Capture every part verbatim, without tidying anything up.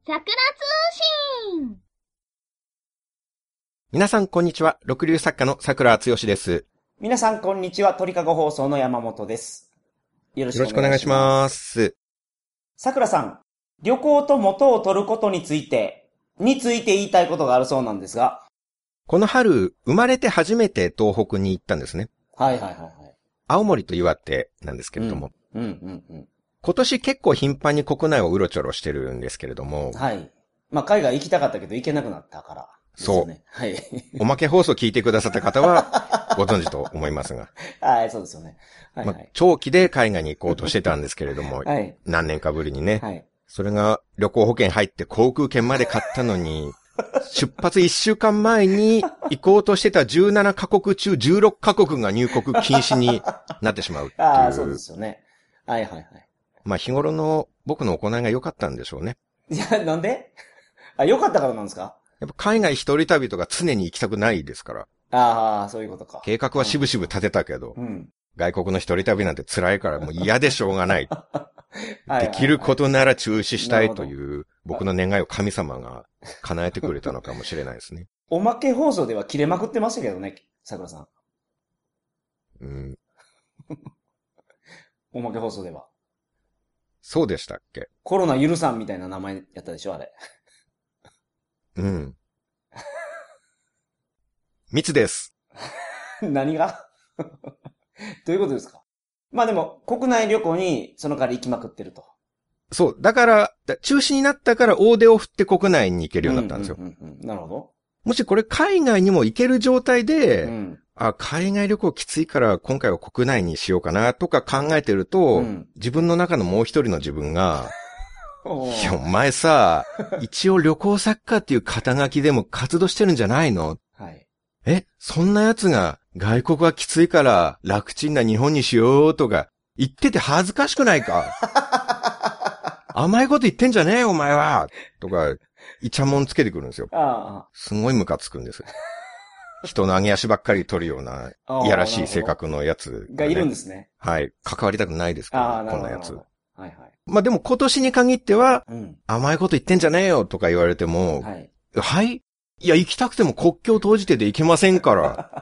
桜通信。 皆さんこんにちは。六流作家の桜つよしです。 皆さんこんにちは。鳥かご放送の山本です。よろしくお願いします。桜さん、旅行と元を取ることについて、について言いたいことがあるそうなんですが。 この春、生まれて初めて東北に行ったんですね。 はいはいはいはい。 青森と岩手なんですけれども。 うん、うん、うんうん。 今年結構頻繁に国内をうろちょろしてるんですけれども。 はい。まあ海外行きたかったけど行けなくなったから、 そう。 はい。 おまけ放送聞いてくださった方はご存知と思いますが。 はい、そうですよね。はい、はい、 まあ、長期で海外に行こうとしてたんですけれども。 はい。 何年かぶりにね。 はい。 それが旅行保険入って航空券まで買ったのに、出発いっしゅうかんまえに行こうとしてたじゅうななかこく中じゅうろっかこくが入国禁止になってしまうっていう。 ああ、そうですよね。はいはいはい。 まあ日頃の僕の行いが良かったんでしょうね。 いや、なんであ、良かったからなんですか？ やっぱ海外一人旅とか常に行きたくないですから。 ああ、そういうことか。 計画はしぶしぶ立てたけど、 うん、 外国の一人旅なんて辛いからもう嫌でしょうがない。できることなら中止したいという僕の願いを神様が叶えてくれたのかもしれないですね。 おまけ放送では切れまくってましたけどね、桜さん。 うん。 おまけ放送では。 そうでしたっけ？ コロナ許さんみたいな名前やったでしょ、あれ。 うん。密です。 何がどういうことですか？まあでも、国内旅行にその代わり行きまくってると。 そう。だから、中止になったから大手を振って国内に行けるようになったんですよ。 うんうんうんうん、なるほど。 もしこれ海外にも行ける状態で、 うん、あ、 海外旅行きついから今回は国内にしようかなとか考えてると、うん、自分の中のもう一人の自分が、いや、お前さ、一応旅行作家っていう肩書きでも活動してるんじゃないの？はい。え、そんな奴が外国はきついから楽ちんな日本にしようとか言ってて恥ずかしくないか？甘いこと言ってんじゃねえよお前はとか、イチャモンつけてくるんですよ。ああ、すごいムカつくんです。人の上げ足ばっかり取るような、いやらしい性格のやつ、 ね、がいるんですね。 はい。関わりたくないですけど、こんなやつ。 はいはい。 まあでも今年に限っては、うん、甘いこと言ってんじゃねえよとか言われても、はい。はい、いや、行きたくても国境閉じてて行けませんから。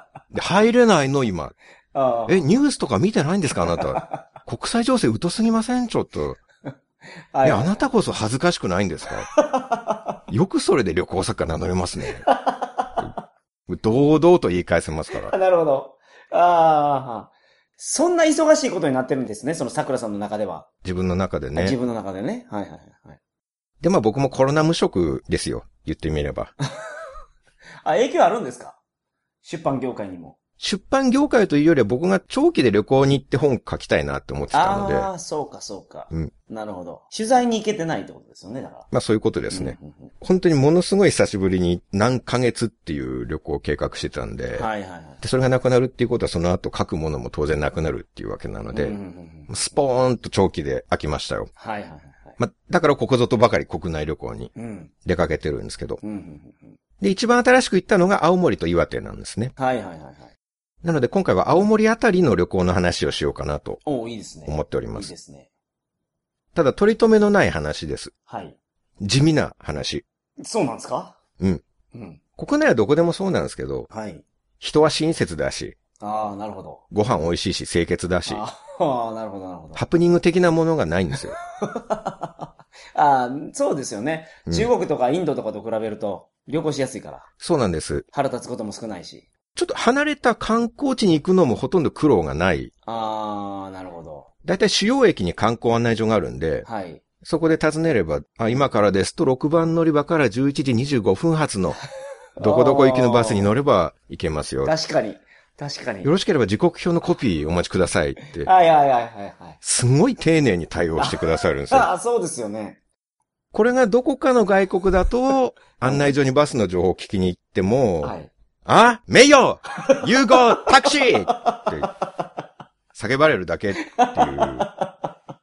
で入れないの今。あえ、ニュースとか見てないんですかあなた。国際情勢疎すぎませんちょっと。はい、あなたこそ恥ずかしくないんですか？よくそれで旅行作家名乗れますね。堂々と言い返せますから。 なるほど。ああ、そんな忙しいことになってるんですね、その桜さんの中では。 自分の中でね。 自分の中でね。はいはいはい。 で、まあ僕もコロナ無職ですよ。言ってみれば。 あ、影響あるんですか？出版業界にも。 出版業界というよりは僕が長期で旅行に行って本書きたいなって思ってたので。 ああ、そうかそうか。うん。なるほど。取材に行けてないってことですよね、だから。 まあそういうことですね。うんうんうん、本当にものすごい久しぶりに何ヶ月っていう旅行を計画してたんで。はいはいはい。で、それがなくなるっていうことはその後書くものも当然なくなるっていうわけなので。うんうんうん、スポーンと長期で飽きましたよ。はいはいはい。まあ、だからここぞとばかり国内旅行に出かけてるんですけど。うんうんうん、で、一番新しく行ったのが青森と岩手なんですね。はいはいはいはい。なので今回は青森あたりの旅行の話をしようかなと思っております。いいですね。ただ取り留めのない話です。はい。地味な話。 そうなんですか？ うん。うん。国内はどこでもそうなんですけど、はい。人は親切だし、 ああ、なるほど。 ご飯美味しいし清潔だし、 ああ、なるほどなるほど。 ハプニング的なものがないんですよ。 ああ、そうですよね。中国とかインドとかと比べると旅行しやすいから。 そうなんです。 腹立つことも少ないし。 ちょっと離れた観光地に行くのもほとんど苦労がない。 ああ、なるほど。 だいたい主要駅に観光案内所があるんで、はい。そこで尋ねれば、あ、今からですとろくばん乗り場からじゅういちじにじゅうごふん発のどこどこ行きのバスに乗れば行けますよ。 確かに。確かに。 よろしければ時刻表のコピーお待ちくださいって。 はいはいはいはい、はい。 すごい丁寧に対応してくださるんですよ。 ああ、そうですよね。 これがどこかの外国だと、案内所にバスの情報を聞きに行っても、はい。あ名誉融合タクシーって叫ばれるだけっていう。確か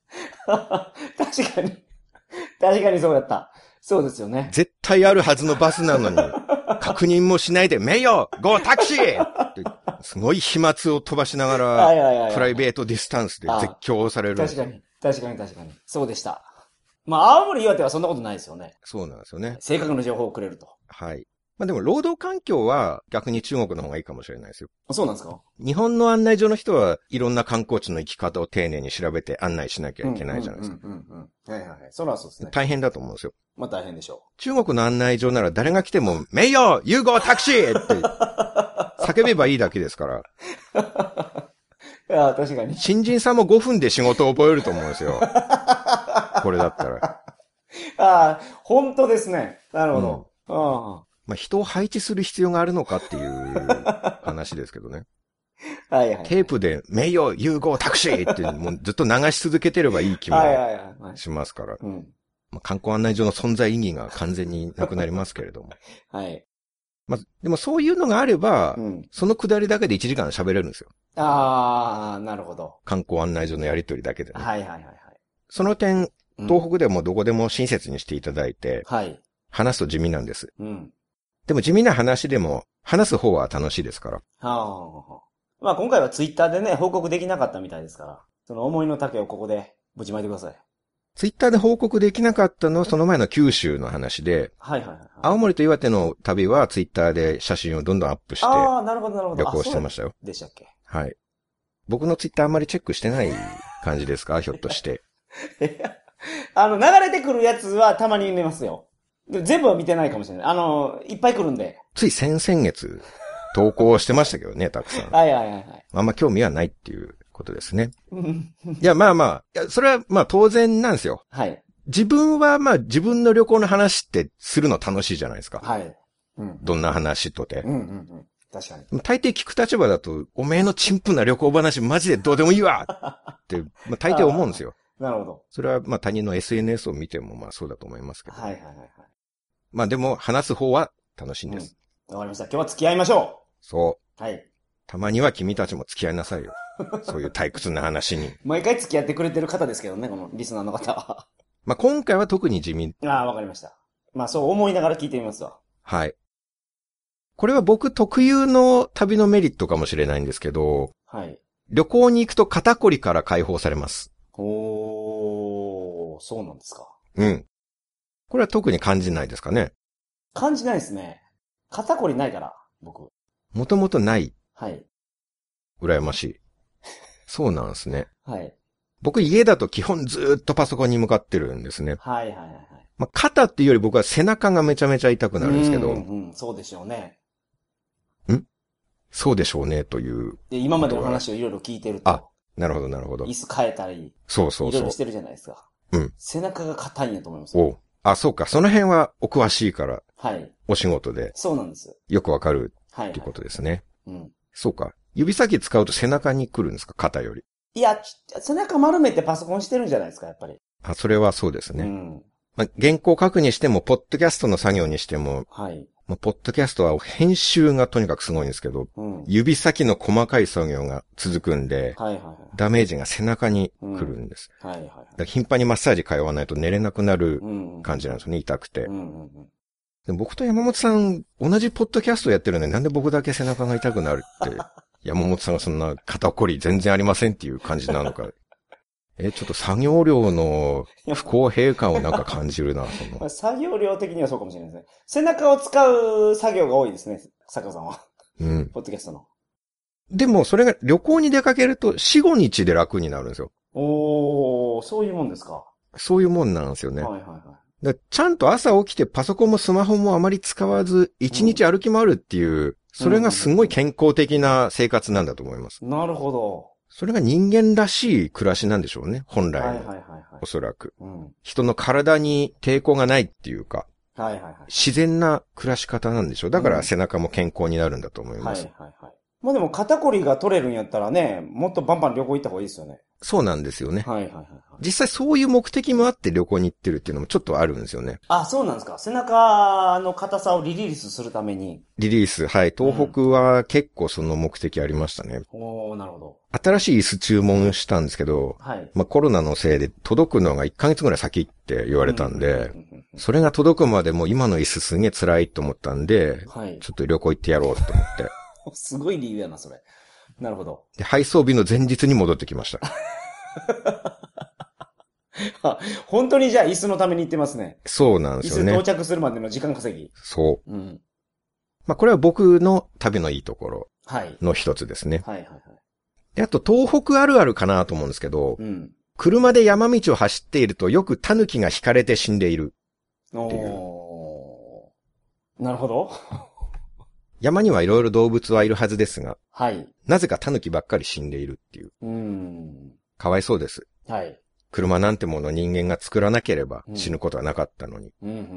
に。確かにそうやった。そうですよね。 絶対あるはずのバスなのに、確認もしないで名誉ゴータクシーってすごい飛沫を飛ばしながら、プライベートディスタンスで絶叫される。 確かに。確かに確かに。そうでした。 まあ、青森岩手はそんなことないですよね。 そうなんですよね。 正確な情報をくれると。 はい。まあでも、労働環境は逆に中国の方がいいかもしれないですよ。 そうなんですか？ 日本の案内所の人はいろんな観光地の行き方を丁寧に調べて案内しなきゃいけないじゃないですか。 うんうんうんうん。はいはいはい。それはそうですね。 大変だと思うんですよ。 まあ大変でしょう。 中国の案内所なら誰が来ても、名誉融合タクシーって叫べばいいだけですから。 いや、確かに。 新人さんもごふんで仕事を覚えると思うんですよ。これだったら。 ああ、本当ですね。なるほど。うん、あまあ、人を配置する必要があるのかっていう話ですけどね。 はいはい、はい。 テープで名誉融合タクシーってもうずっと流し続けてればいい気もしますから。まあ、観光案内所の存在意義が完全になくなりますけれども。 はい。 まあ、でもそういうのがあれば、うん、そのくだりだけでいちじかん喋れるんですよ。 ああ、なるほど。 観光案内所のやりとりだけでね。 はいはいはい、はい。 その点、東北でもどこでも親切にしていただいて、はい。話すと地味なんです。うん。でも地味な話でも、話す方は楽しいですから。はあ。まあ今回はツイッターでね、報告できなかったみたいですから、その思いの丈をここでぶちまいてください。 ツイッターで報告できなかったのはその前の九州の話で、はいはいはい、はい。青森と岩手の旅はツイッターで写真をどんどんアップして、ああ、なるほどなるほど。旅行してましたよ。 でしたっけ？ はい。僕のツイッターあんまりチェックしてない感じですか？ひょっとして。 あの、流れてくるやつはたまに見ますよ。全部は見てないかもしれない。あの、いっぱい来るんで。 つい先々月、投稿してましたけどね、たくさん。 はいはいはいはい。 あんま興味はないっていうことですね。いや、まあまあ、いや、それはまあ当然なんですよ。はい。自分はまあ自分の旅行の話ってするの楽しいじゃないですか。はい。うん、どんな話とて。うんうんうん。確かに。大抵聞く立場だと、おめえの陳腐な旅行話マジでどうでもいいわって、まあ大抵思うんですよ。 なるほど。 それはまあ他人の エスエヌエス を見てもまあそうだと思いますけど。 はいはいはいはい。 まあでも話す方は楽しいんです。 わ、うん、かりました。今日は付き合いましょう。そう。はい。たまには君たちも付き合いなさいよ。そういう退屈な話に。 毎回付き合ってくれてる方ですけどね、このリスナーの方は。 まあ今回は特に地味。 ああ、わかりました。まあそう思いながら聞いてみますわ。 はい。これは僕特有の旅のメリットかもしれないんですけど、はい。旅行に行くと肩こりから解放されます。 おー、そうなんですか。 うん。これは特に感じないですかね。 感じないですね。肩こりないから、僕。 もともとない。はい。羨ましい。そうなんですね。はい。僕家だと基本ずーっとパソコンに向かってるんですね。はいはいはい。まあ、肩っていうより僕は背中がめちゃめちゃ痛くなるんですけど。うん、 うん、そうでしょうね。 んそうでしょうねという。 で、今までお話をいろいろ聞いてると。 あ、なるほどなるほど。 椅子変えたり。 そうそうそう。いろいろしてるじゃないですか。うん。背中が硬いんやと思います。 おあ、そうか。その辺はお詳しいから。はい。お仕事で。 そうなんです。 よくわかる。はい。っていうことですね。うん。そうか。指先使うと背中に来るんですか？肩より。 いや、背中丸めてパソコンしてるんじゃないですか、やっぱり。 あ、それはそうですね。うん。まあ、原稿書くにしても、ポッドキャストの作業にしても、はい。まあ、ポッドキャストは編集がとにかくすごいんですけど、うん、指先の細かい作業が続くんで、はいはいはい、ダメージが背中に来るんです。うん、はいはいはい、だから頻繁にマッサージ通わないと寝れなくなる感じなんですよね、痛くて。うんうんうん、で僕と山本さん、同じポッドキャストやってるのになんで僕だけ背中が痛くなるって、山本さんがそんな肩こり全然ありませんっていう感じなのか。え、ちょっと作業量の不公平感をなんか感じるな、その。 作業量的にはそうかもしれないですね。背中を使う作業が多いですね、坂さんは。うん。ポッドキャストの。 でも、それが旅行に出かけるとよん、ごにちで楽になるんですよ。 おー、そういうもんですか。 そういうもんなんですよね。はいはいはい。だちゃんと朝起きてパソコンもスマホもあまり使わず、いちにち歩き回るっていう、うん、それがすごい健康的な生活なんだと思います。 なるほど。 それが人間らしい暮らしなんでしょうね、本来の。はいはいはい、はい。おそらく、うん。人の体に抵抗がないっていうか、はいはいはい。自然な暮らし方なんでしょう。だから背中も健康になるんだと思います。うん、はいはいはい。 まあでも肩こりが取れるんやったらね、もっとバンバン旅行行った方がいいですよね。 そうなんですよね。はいはいはい、はい。実際そういう目的もあって旅行に行ってるっていうのもちょっとあるんですよね。 あ、そうなんですか。背中の硬さをリリースするために。 リリース、はい。東北は結構その目的ありましたね。 うん、おー、なるほど。 新しい椅子注文したんですけど、はい。まあコロナのせいで届くのがいっかげつぐらい先って言われたんで、それが届くまでも今の椅子すげえ辛いと思ったんで、はい。ちょっと旅行行ってやろうと思って。 すごい理由やな、それ。なるほど。 で、配送日の前日に戻ってきました。 本当にじゃあ椅子のために行ってますね。 そうなんですよね。 椅子到着するまでの時間稼ぎ。 そう。 うん。 まあこれは僕の旅のいいところの一つですね。 はい、はい、はいはい。 で、あと東北あるあるかなと思うんですけど、 うん、 車で山道を走っているとよくタヌキが惹かれて死んでいるっていう。 おー。なるほど。 山にはいろいろ動物はいるはずですが、 はい。 なぜかタヌキばっかり死んでいるっていう。 うん。 かわいそうです。 はい。 車なんてもの人間が作らなければ死ぬことはなかったのに。 うんうんうんうん、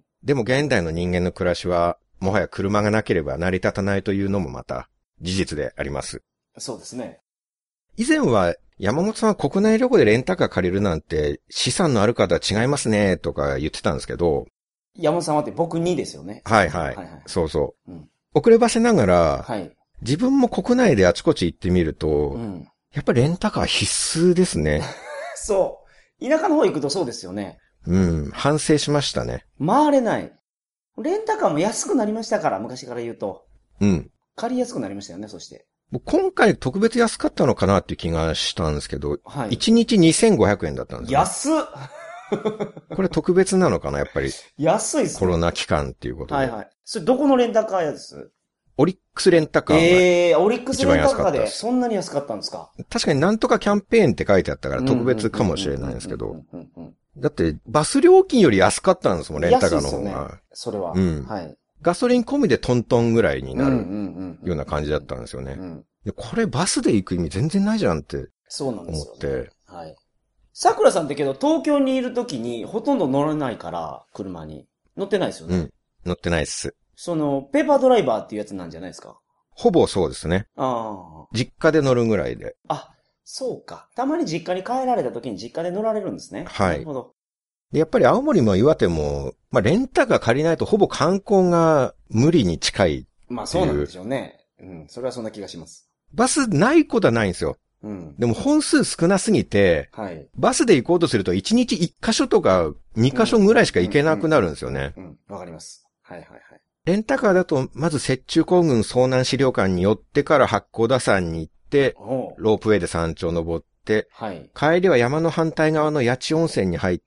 でも現代の人間の暮らしは、もはや車がなければ成り立たないというのもまた事実であります。 そうですね。 以前は山本さんは国内旅行でレンタカー借りるなんて資産のある方は違いますねとか言ってたんですけど。 山本さんはって僕にですよね。 はいはい。はいはい、そうそう。うん、遅ればせながら、はい、自分も国内であちこち行ってみると、うん、やっぱりレンタカー必須ですね。 そう。田舎の方行くとそうですよね。 うん。反省しましたね。 回れない。レンタカーも安くなりましたから、昔から言うと。 うん。 借りやすくなりましたよね、そして。 今回特別安かったのかなっていう気がしたんですけど、はい、いちにちにせんごひゃくえんだったんですよ、ね。 安っこれ特別なのかな、やっぱり。 安いっすね。 コロナ期間っていうことで。 はいはい。それどこのレンタカー屋ですオリックスレンタカーがええー、オリックスレンタカーでそんなに安かったんですか？ 確かになんとかキャンペーンって書いてあったから特別かもしれないんですけど。だってバス料金より安かったんですもん、レンタカーの方が。 安いですよね、それは。 うん。はい。ガソリン込みでトントンぐらいになるような感じだったんですよね。これバスで行く意味全然ないじゃんって思って。 そうなんですよ、ね。はい。桜さんってけど東京にいるときにほとんど乗らないから、車に。乗ってないですよね。うん。 乗ってないっす。 その、ペーパードライバーっていうやつなんじゃないですか？ ほぼそうですね。ああ。実家で乗るぐらいで。 あ、そうか。たまに実家に帰られた時に実家で乗られるんですね。 はい。 なるほど。 で、やっぱり青森も岩手も、まあ、レンタカー借りないとほぼ観光が無理に近い。 まあそうなんでしょうね。うん。それはそんな気がします。 バスないことはないんですよ。うん。でも本数少なすぎて、はい。バスで行こうとするといちにちいっかしょとかにかしょぐらいしか行けなくなるんですよね。 うん。わ、うん、かります。はいはいはい。 レンタカーだと、まず雪中行軍遭難資料館に寄ってから八甲田山に行って、ロープウェイで山頂登って、はい、帰りは山の反対側の八千温泉に入って、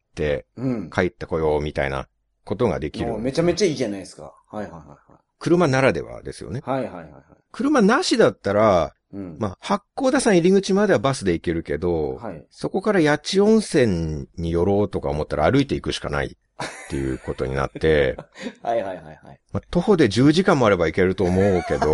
うん、帰ってこようみたいなことができる。 めちゃめちゃいいじゃないですか。はいはいはい、はい。 車ならではですよね。 はいはいはい、はい。 車なしだったら、うん、まあ、八甲田山入り口まではバスで行けるけど、はい、そこから八千温泉に寄ろうとか思ったら歩いて行くしかない。っていうことになって。 はいはいはいはい。 まあ、徒歩でじゅうじかんもあれば行けると思うけど、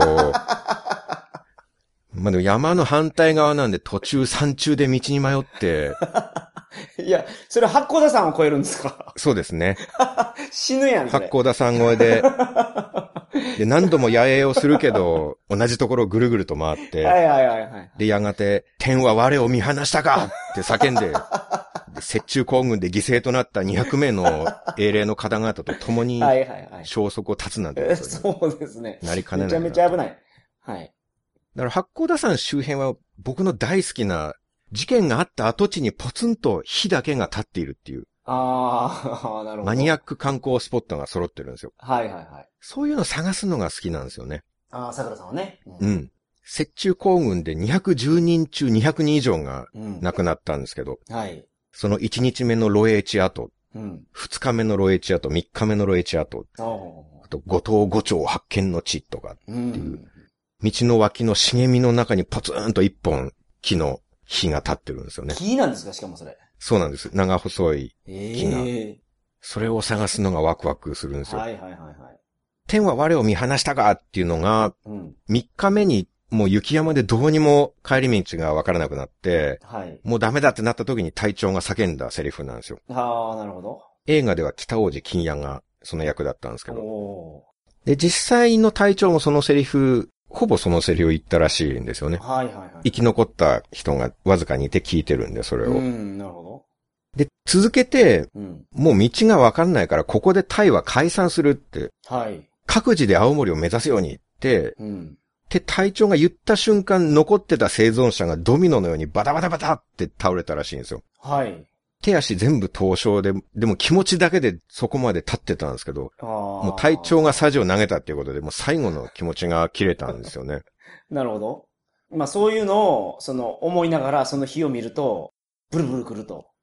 まあでも山の反対側なんで途中山中で道に迷って。 いや、それ八甲田山を越えるんですか？ そうですね。 死ぬやん、 八甲田山越えで。で、何度も野営をするけど、同じところをぐるぐると回って。 はいはいはいはい。 で、やがて、天は我を見放したかって叫んで、雪中行軍で犠牲となったにひゃくめいの英霊の方々と共に消息を絶つなんて、 そうですね。 なりかねない。 めちゃめちゃ危ない。はい。 だから八甲田山周辺は僕の大好きな事件があった跡地にポツンと火だけが立っているっていう。 ああ、なるほど。 マニアック観光スポットが揃ってるんですよ。 はいはいはい。 そういうのを探すのが好きなんですよね。 ああ、桜さんはね。 うん。うん、雪中行軍でにひゃくじゅうにん中にひゃくにん以上が亡くなったんですけど。うん、はい。そのいちにちめのロエ地跡、うん、ふつかめのロエ地跡、みっかめのロエ地跡、あと五島五町発見の地とかっていう、うん、道の脇の茂みの中にポツンと一本木の火が立ってるんですよね。 木なんですか、しかもそれ。 そうなんです。長細い木が。えー、それを探すのがワクワクするんですよ。はいはいはいはい。天は我を見放したかっていうのが、うん、みっかめにもう雪山でどうにも帰り道がわからなくなって、はい、もうダメだってなった時に隊長が叫んだセリフなんですよ。 ああ、なるほど。 映画では北王子金谷がその役だったんですけど。で、実際の隊長もそのセリフ、ほぼそのセリフを言ったらしいんですよね。はいはいはい。生き残った人がわずかにいて聞いてるんで、それを。うん、なるほど。で、続けて、うん、もう道がわかんないから、ここで隊は解散するって。はい。各自で青森を目指すように言って、うん。って隊長が言った瞬間、残ってた生存者がドミノのようにバタバタバタって倒れたらしいんですよ。はい。手足全部凍傷で、でも気持ちだけでそこまで立ってたんですけど、もう隊長がサジを投げたっていうことで、もう最後の気持ちが切れたんですよね。 なるほど。まあそういうのを、その思いながらその火を見ると、ブルブル来ると。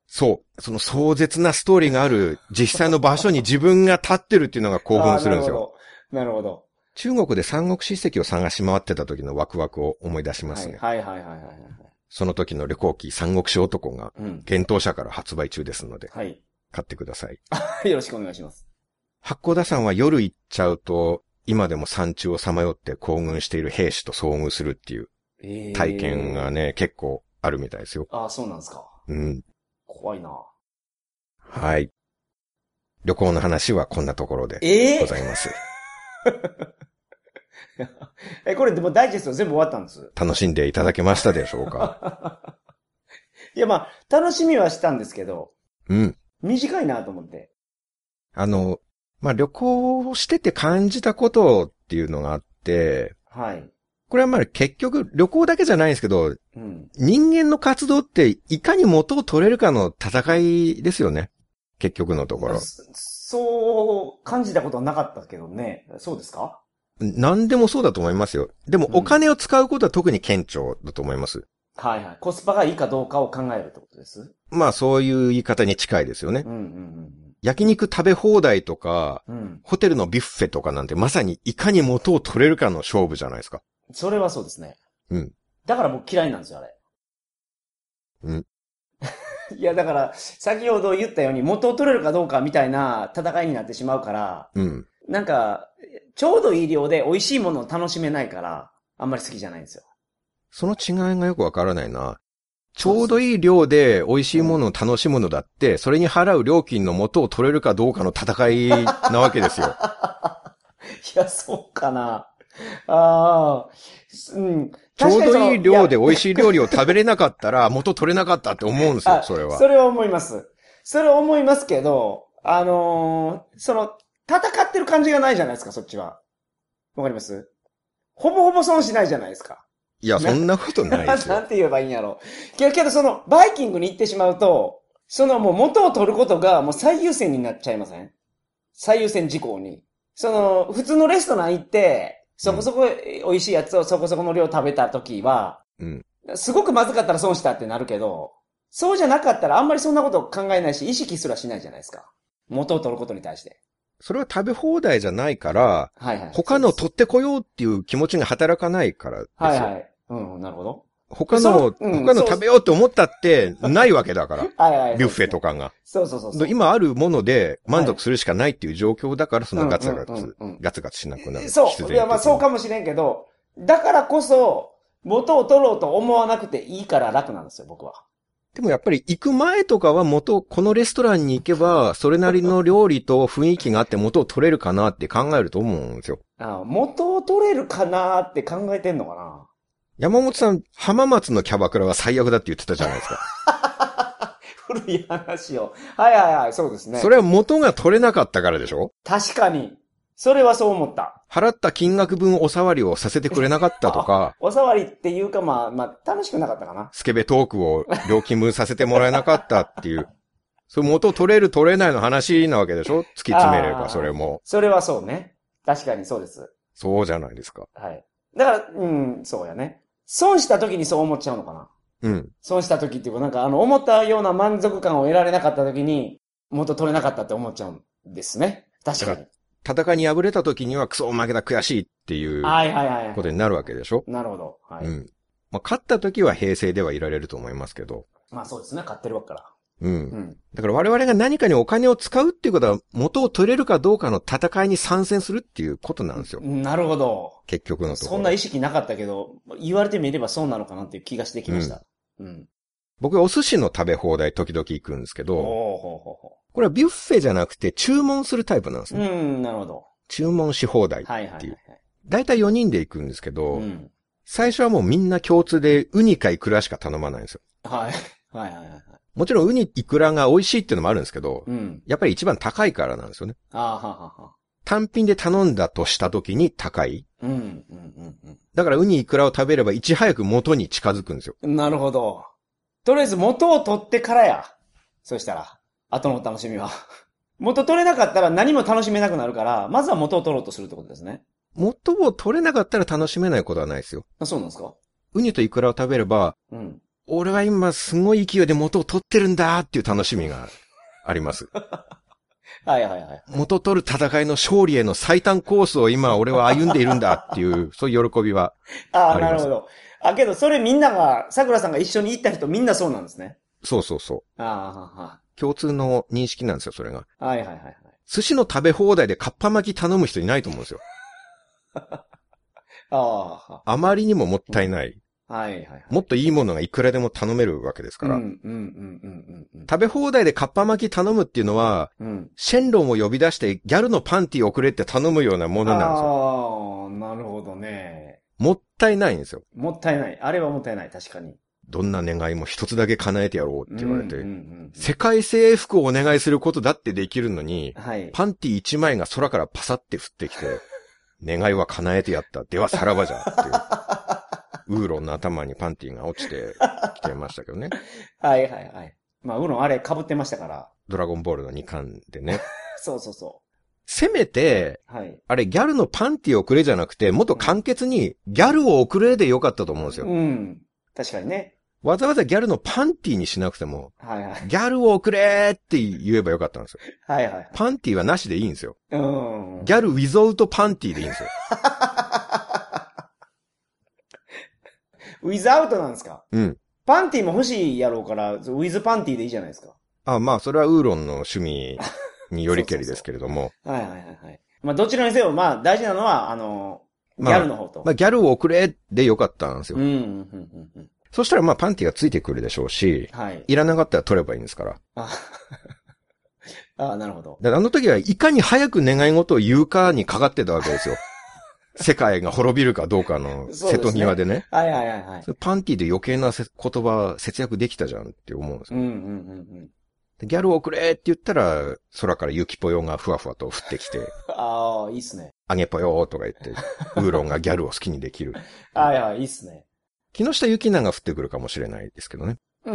そう。その壮絶なストーリーがある実際の場所に自分が立ってるっていうのが興奮するんですよ。 なるほど。なるほど。 中国で三国志遺跡を探し回ってた時のワクワクを思い出しますね。 はいはいはいはいはい。 その時の旅行記三国志男が、幻冬舎から発売中ですので、 はい。 買ってください。 よろしくお願いします。 八甲田山は夜行っちゃうと、今でも山中をさまよって行軍している兵士と遭遇するっていう体験がね、えー、結構あるみたいですよ。 ああ、そうなんですか。 うん。 怖いな。 はい。旅行の話はこんなところでございます。 えー、え、これでもダイジェスト全部終わったんです。 楽しんでいただけましたでしょうか。 いや、まあ、楽しみはしたんですけど。 うん。 短いなと思って。 あの、まあ、旅行してて感じたことっていうのがあって、 はい。 これはまあ結局旅行だけじゃないんですけど、うん、人間の活動っていかに元を取れるかの戦いですよね。結局のところ。 そう感じたことはなかったけどね。そうですか？ 何でもそうだと思いますよ。でもお金を使うことは特に顕著だと思います。うん、 はいはい。コスパがいいかどうかを考えるってことです。 まあそういう言い方に近いですよね。 うんうんうん、 焼肉食べ放題とか、うん、ホテルのビュッフェとかなんてまさにいかに元を取れるかの勝負じゃないですか。 それはそうですね。 うん。 だから僕嫌いなんですよ、あれ。 うん。 いや、だから、先ほど言ったように元を取れるかどうかみたいな戦いになってしまうから、 うん。 なんか、ちょうどいい量で美味しいものを楽しめないから、あんまり好きじゃないんですよ。 その違いがよくわからないな。ちょうどいい量で美味しいものを楽しむのだって、それに払う料金の元を取れるかどうかの戦いなわけですよ。 いや、そうかな。ああ、うん。 ちょうどいい量で美味しい料理を食べれなかったら元取れなかったって思うんですよ、それは。 それは思います。それは思いますけど、あのー、その、戦ってる感じがないじゃないですか、そっちは。わかります？ほぼほぼ損しないじゃないですか。 いや、そんなことないですよ。 なんて言えばいいんやろ。けど、けどその、バイキングに行ってしまうと、そのもう元を取ることがもう最優先になっちゃいません？最優先事項に。その、普通のレストラン行って、そこそこ美味しいやつをそこそこの量食べたときは、うん、すごくまずかったら損したってなるけど、そうじゃなかったらあんまりそんなこと考えないし、意識すらしないじゃないですか。元を取ることに対して。 それは食べ放題じゃないから、はいはい、他の取ってこようっていう気持ちが働かないからですよ。 はいはい。うん、なるほど。 他の、うん、他の食べようって思ったってないわけだから。はいはい。ビュッフェとかが。 そうそうそうそう。 今あるもので満足するしかないっていう状況だから、そんなガツガツ、ガツガツしなくなる。 そう。いや、まあそうかもしれんけど、だからこそ、元を取ろうと思わなくていいから楽なんですよ、僕は。 でもやっぱり行く前とかは元、このレストランに行けば、それなりの料理と雰囲気があって元を取れるかなって考えると思うんですよ。 ああ、元を取れるかなって考えてんのかな。 山本さん、浜松のキャバクラは最悪だって言ってたじゃないですか。古い話を。はいはいはい、そうですね。 それは元が取れなかったからでしょ？ 確かに。それはそう思った。 払った金額分おさわりをさせてくれなかったとか。 おさわりっていうかまあ、まあ、楽しくなかったかな。 スケベトークを料金分させてもらえなかったっていう。それ元取れる取れないの話なわけでしょ？突き詰めれば、それも。 それはそうね。確かにそうです。 そうじゃないですか。 はい。だから、うん、そうやね。損した時にそう思っちゃうのかな。 うん。 損した時っていうか、なんかあの、思ったような満足感を得られなかった時に、元取れなかったって思っちゃうんですね。確かに。 戦いに敗れた時にはクソ負けた悔しいっていうことになるわけでしょ？ なるほど。はい。うん。 まあ、勝った時は平静ではいられると思いますけど。 まあそうですね。勝ってるわけから。 うん。うん。だから我々が何かにお金を使うっていうことは元を取れるかどうかの戦いに参戦するっていうことなんですよ。 なるほど。 結局のところ。 そんな意識なかったけど、言われてみればそうなのかなっていう気がしてきました。うん。うん、 僕はお寿司の食べ放題時々行くんですけど、 ほうほうほうほう。 これはビュッフェじゃなくて注文するタイプなんですね。 うん、なるほど。 注文し放題っていう。はいはいはい、はい。だいたいよにんで行くんですけど、うん、最初はもうみんな共通でウニかイクラしか頼まないんですよ。 はい。はいはいはい。 もちろんウニ、イクラが美味しいっていうのもあるんですけど、うん、やっぱり一番高いからなんですよね。 あははは。 単品で頼んだとした時に高い。 うんうんうんうん、 だからウニ、イクラを食べればいち早く元に近づくんですよ。 なるほど。とりあえず元を取ってからや。そうしたら、後のお楽しみは。元取れなかったら何も楽しめなくなるから、まずは元を取ろうとするってことですね。 元を取れなかったら楽しめないことはないですよ。 あ、そうなんですか？ ウニとイクラを食べれば、うん、 俺は今すごい勢いで元を取ってるんだっていう楽しみがあります。 はいはいはい。 元取る戦いの勝利への最短コースを今俺は歩んでいるんだっていう、そういう喜びはあります。ああ、なるほど。 あ、けどそれみんなが、桜さんが一緒に行った人みんなそうなんですね。 そうそうそう。 ああ、はは。 共通の認識なんですよ、それが。 はいはいはいはい。 寿司の食べ放題でカッパ巻き頼む人いないと思うんですよ。 ああ。 あまりにももったいない。 うん、はいはい、はい。 もっといいものがいくらでも頼めるわけですから。 うんうんうんうんうん、 食べ放題でカッパ巻き頼むっていうのは、うん、シェンロンを呼び出してギャルのパンティをくれって頼むようなものなんですよ。 ああ、なるほどね。 もったいないんですよ。 もったいない。あれはもったいない、確かに。 どんな願いも一つだけ叶えてやろうって言われて、うんうんうん、世界征服をお願いすることだってできるのに、はい、パンティ一枚が空からパサって降ってきて、願いは叶えてやった。ではさらばじゃっていう。ウーロンの頭にパンティが落ちてきてましたけどね。 はいはいはい。まあ、ウーロンあれ被ってましたから。 ドラゴンボールのにかんでね。 そうそうそう。 せめて、はい、あれギャルのパンティをくれじゃなくて、もっと簡潔にギャルを送れでよかったと思うんですよ。 うん。確かにね。 わざわざギャルのパンティにしなくても、 はいはい、 ギャルを送れって言えばよかったんですよ。 はいはいはい、 パンティはなしでいいんですよ。 うん、 ギャルウィゾウトパンティでいいんですよ。 ウィズアウトなんですか？ うん。 パンティも欲しいやろうから、ウィズパンティでいいじゃないですか。 あ、まあ、それはウーロンの趣味によりけりですけれども。 そうそうそうはいはいはい。まあ、どちらにせよ、まあ、大事なのは、あの、ギャルの方と。 まあ、まあ、ギャルを送れでよかったんですよ。 うん、うん、うん、うん。 そしたらまあパンティがついてくるでしょうし、はい。いらなかったら取ればいいんですから。 ああ、なるほど。 だからあの時はいかに早く願い事を言うかにかかってたわけですよ。世界が滅びるかどうかの瀬戸際でね。 でねはいはいはいはい。 パンティで余計な言葉節約できたじゃんって思うんですよ。 うんうんうんうんでギャルをくれって言ったら、空から雪ぽよがふわふわと降ってきて。 ああ、いいっすね。 あげぽよとか言って、ウーロンがギャルを好きにできる。 はいはい、いいっすね。 木下ゆきなが降ってくるかもしれないですけどね。 うん。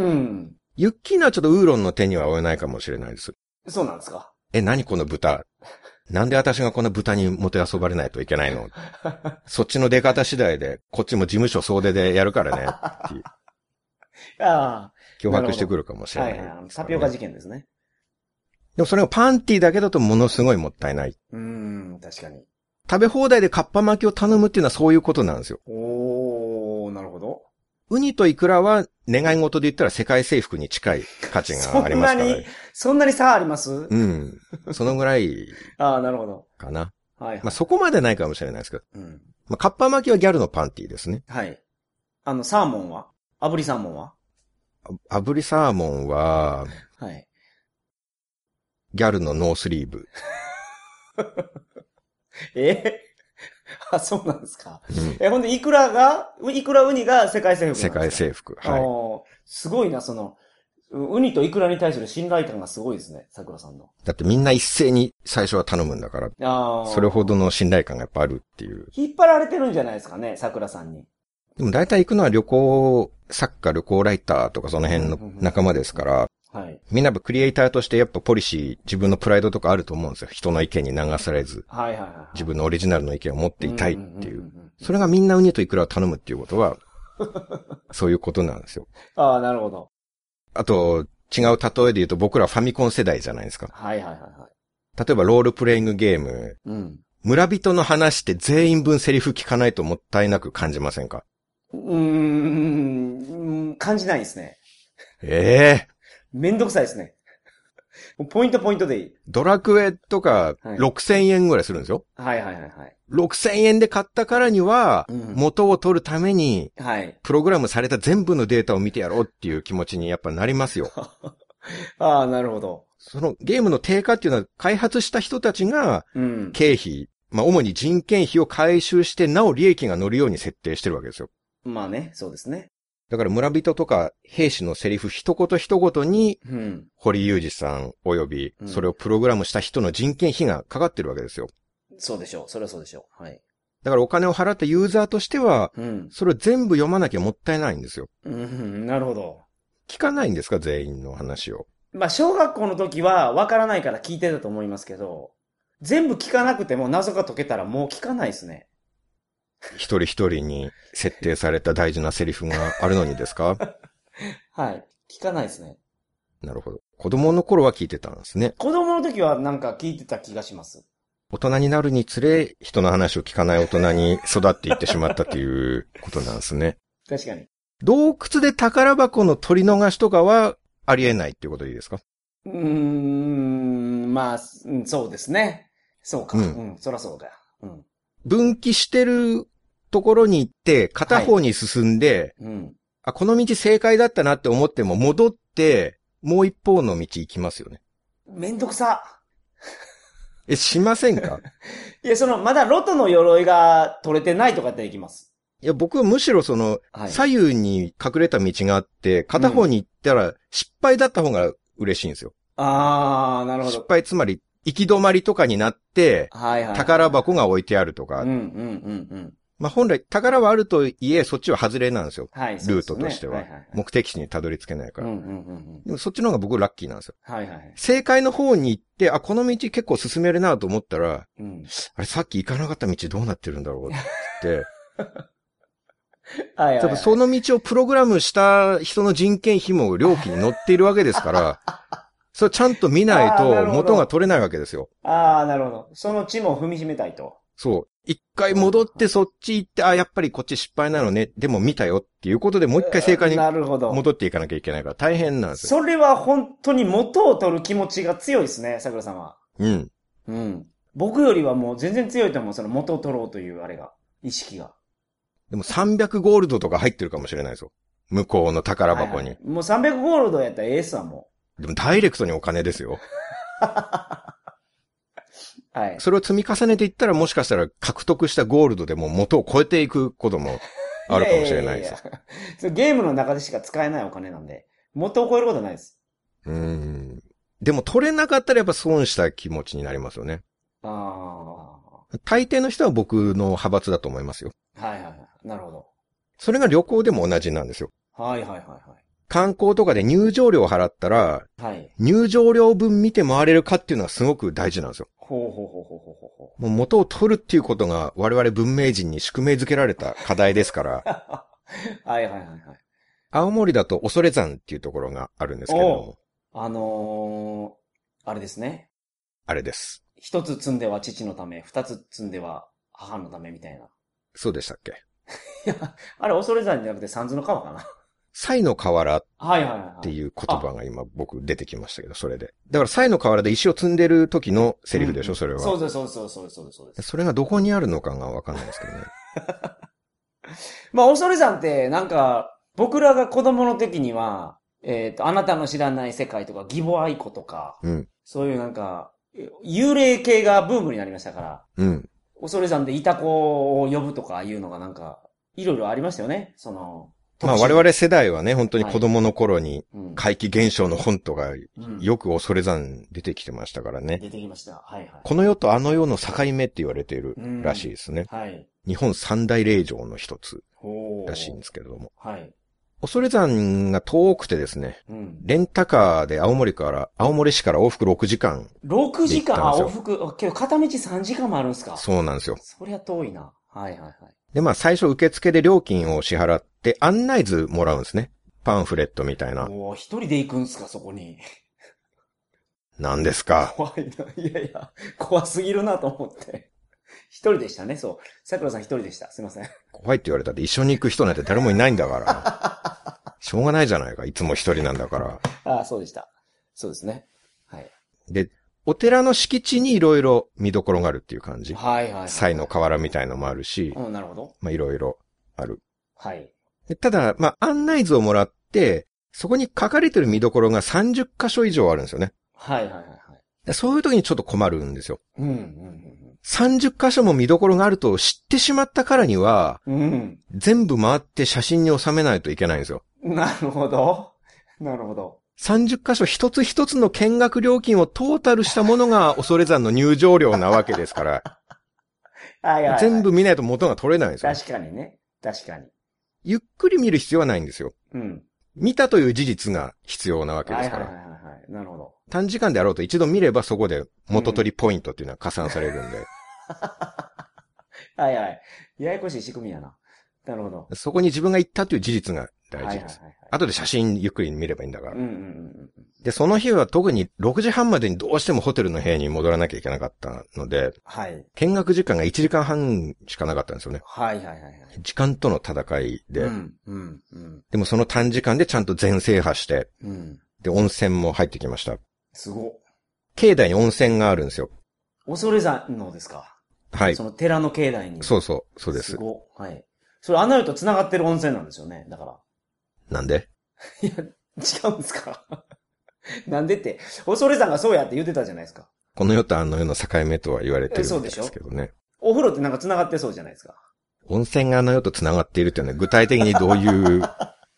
ユッキーナはちょっとウーロンの手には負えないかもしれないです。 そうなんですか？ え、何この豚。なんで私がこの豚にもてあそばれないといけないのそっちの出方次第で、こっちも事務所総出でやるからね。っていう。 ああ。 脅迫してくるかもしれない、ね。 はいはい。タピオカ事件ですね。 でもそれがパンティだけだとものすごいもったいない。 うーん、確かに。 食べ放題でカッパ巻きを頼むっていうのはそういうことなんですよ。 おー、なるほど。 ウニとイクラは願い事で言ったら世界征服に近い価値がありますから、ね。 そんなに、そんなに差あります？ うん。そのぐらい。 ああ、なるほど。 かな。 はい、はい。 まあそこまでないかもしれないですけど。 うん。 まあカッパ巻きはギャルのパンティですね。 はい。あの、サーモンは？炙りサーモンは？ 炙りサーモンは、 はい。 ギャルのノースリーブ。 えあ、そうなんですか。うん、え、ほんで、イクラが、イクラウニが世界征服なんですか？ 世界征服。はい。 すごいな、その、ウニとイクラに対する信頼感がすごいですね、桜さんの。 だってみんな一斉に最初は頼むんだから。あそれほどの信頼感がやっぱあるっていう。 引っ張られてるんじゃないですかね、桜さんに。 でも大体行くのは旅行作家、旅行ライターとかその辺の仲間ですから、はい。みんなクリエイターとしてやっぱポリシー、自分のプライドとかあると思うんですよ。人の意見に流されず。はいはいはい。自分のオリジナルの意見を持っていたいっていう。それがみんなウニとイクラを頼むっていうことは、そういうことなんですよ。 ああ、なるほど。 あと、違う例えで言うと僕らファミコン世代じゃないですか。 はいはいはいはい。 例えばロールプレイングゲーム。うん。村人の話って全員分セリフ聞かないともったいなく感じませんか？ うーん、感じないですね。 ええー。 めんどくさいですね。ポイントポイントでいい。 ドラクエとかろくせんえんぐらいするんですよ。 はいはいはいはい。 ろくせんえんで買ったからには、元を取るために、はい。プログラムされた全部のデータを見てやろうっていう気持ちにやっぱなりますよ。 ああ、なるほど。 そのゲームの定価っていうのは開発した人たちが、経費、うん、まあ主に人件費を回収してなお利益が乗るように設定してるわけですよ。 まあね、そうですね。 だから村人とか兵士のセリフ一言一言に、うん、堀裕二さん及び、それをプログラムした人の人件費がかかってるわけですよ。 そうでしょう。それはそうでしょう。はい。 だからお金を払ったユーザーとしては、うん、それを全部読まなきゃもったいないんですよ。 うん、なるほど。 聞かないんですか、全員の話を。 まあ、小学校の時は分からないから聞いてたと思いますけど、全部聞かなくても謎が解けたらもう聞かないですね。 一人一人に設定された大事なセリフがあるのにですか？ はい。聞かないですね。 なるほど。子供の頃は聞いてたんですね。 子供の時はなんか聞いてた気がします。 大人になるにつれ、人の話を聞かない大人に育っていってしまったということなんですね。 確かに。 洞窟で宝箱の取り逃しとかはありえないっていうことでいいですか？ うーん、まあ、そうですね。そうか。うん、うん、そらそうだよ。うん。 分岐してるところに行って、片方に進んで、はいうん、あ、この道正解だったなって思っても戻って、もう一方の道行きますよね。 めんどくさ。 え、しませんか？ いや、その、まだロトの鎧が取れてないとかって行きます。 いや、僕はむしろその、はい、左右に隠れた道があって、片方に行ったら失敗だった方が嬉しいんですよ。 うん、あー、なるほど。 失敗つまり、行き止まりとかになって、はいはいはい、宝箱が置いてあるとか。 うんうんうんうん。 まあ、本来、宝はあるといえ、そっちは外れなんですよ。 はい。 ルートとしては。はいはいはい、目的地にたどり着けないから。うんうんうんうん、でもそっちの方が僕ラッキーなんですよ。はいはい。正解の方に行って、あ、この道結構進めるなと思ったら、うん、あれさっき行かなかった道どうなってるんだろうって。はいはいはい、多分その道をプログラムした人の人件費も料金に乗っているわけですから、それちゃんと見ないと元が取れないわけですよ。 ああ、なるほど。その地も踏みしめたいと。 そう。一回戻ってそっち行って、あ、やっぱりこっち失敗なのね。でも見たよっていうことでもう一回正解に戻っていかなきゃいけないから大変なんですよ。それは本当に元を取る気持ちが強いですね、桜さんは。 うん。 うん。僕よりはもう全然強いと思う、その元を取ろうというあれが、意識が。 でもさんびゃくゴールドとか入ってるかもしれないですよ。向こうの宝箱に。はいはい、 もうさんびゃくゴールドやったらエースはもう。でもダイレクトにお金ですよ。はい。それを積み重ねていったらもしかしたら獲得したゴールドでも元を超えていくこともあるかもしれないです。いやいやいやそれゲームの中でしか使えないお金なんで、元を超えることはないです。 うーん。でも取れなかったらやっぱ損した気持ちになりますよね。ああ。大抵の人は僕の派閥だと思いますよ。 はいはいはい。なるほど。 それが旅行でも同じなんですよ。 はいはいはいはい。 観光とかで入場料を払ったら、はい、入場料分見て回れるかっていうのはすごく大事なんですよ。ほうほうほうほうほうほう。もう元を取るっていうことが我々文明人に宿命づけられた課題ですから。 はいはいはいはい。 青森だと恐山っていうところがあるんですけども。 あのー、あれですね。 あれです。 一つ積んでは父のため、二つ積んでは母のためみたいな。 そうでしたっけ？ いや、あれ恐山じゃなくて三途の川かな。 賽の河原っていう言葉が今僕出てきましたけど、それで。だから賽の河原で石を積んでる時のセリフでしょ、うん、それは。 そうです、そうです、そうです、そうです、そうです。 それがどこにあるのかがわかんないですけどね。 まあ、恐山ってなんか、僕らが子供の時には、えっと、あなたの知らない世界とか、義母愛子とか、うん、そういうなんか、幽霊系がブームになりましたから、うん、恐山でイタコを呼ぶとかいうのがなんか、いろいろありましたよね、その、 まあ我々世代はね、本当に子供の頃に怪奇現象の本とかよく恐山出てきてましたからね。 出てきました。はいはい。 この世とあの世の境目って言われているらしいですね。はい。日本三大霊場の一つらしいんですけれども。はい。恐山が遠くてですね、うん、レンタカーで青森から、青森市から往復ろくじかん。 ろくじかんあ、往復、けど片道さんじかんもあるんですか？ そうなんですよ。 そりゃ遠いな。はいはいはい。 で、まあ最初受付で料金を支払って案内図もらうんですね。パンフレットみたいな。 もう一人で行くんすか、そこに。 何ですか？ 怖いな。いやいや、怖すぎるなと思って。一人でしたね、そう。桜さん一人でした。すいません。 怖いって言われたって一緒に行く人なんて誰もいないんだから。しょうがないじゃないか。いつも一人なんだから。 ああ、そうでした。そうですね。はい。 で、お寺の敷地にいろいろ見どころがあるっていう感じ。はいはい、はい。賽の河原みたいのもあるし。 うん、なるほど。 まあいろいろある。 はい。 ただ、まあ案内図をもらって、そこに書かれてる見どころがさんじゅっかしょ以上あるんですよね。 はいはいはいはい。 そういう時にちょっと困るんですよ。 うんうんうん。 さんじゅっかしょも見どころがあると知ってしまったからには、うん、全部回って写真に収めないといけないんですよ。 なるほど。なるほど。 さんじゅっかしょ一つ一つの見学料金をトータルしたものが恐山の入場料なわけですから。はいはいはい、全部見ないと元が取れないんですよ。 確かにね。確かに。 ゆっくり見る必要はないんですよ。うん。見たという事実が必要なわけですから。 はいはいはいはい。なるほど。 短時間であろうと一度見ればそこで元取りポイントっていうのは加算されるんで。うん、 はいはい。ややこしい仕組みやな。なるほど。 そこに自分が行ったという事実が大事です。はいはいはいはい、後で写真ゆっくり見ればいいんだから、 うんうんうん。 で、その日は特にろくじはんまでにどうしてもホテルの部屋に戻らなきゃいけなかったので、 はい。 見学時間がいちじかんはんしかなかったんですよね。 はいはいはいはい。 時間との戦いで、 うんうんうん、 でもその短時間でちゃんと全制覇して、 うん、 で、温泉も入ってきました。 すご。 境内に温泉があるんですよ。 恐山のですか？ はい。 その寺の境内に。 そうそう、そうです。 すご。はい。それあの世と繋がってる温泉なんですよね、だから。 なんで？ いや、違うんですか？なんでって、恐山がそうやって言ってたじゃないですか。 この世とあの世の境目とは言われてるんですけどね。 お風呂ってなんか繋がってそうじゃないですか。 温泉があの世と繋がっているっていうのは具体的にどういう。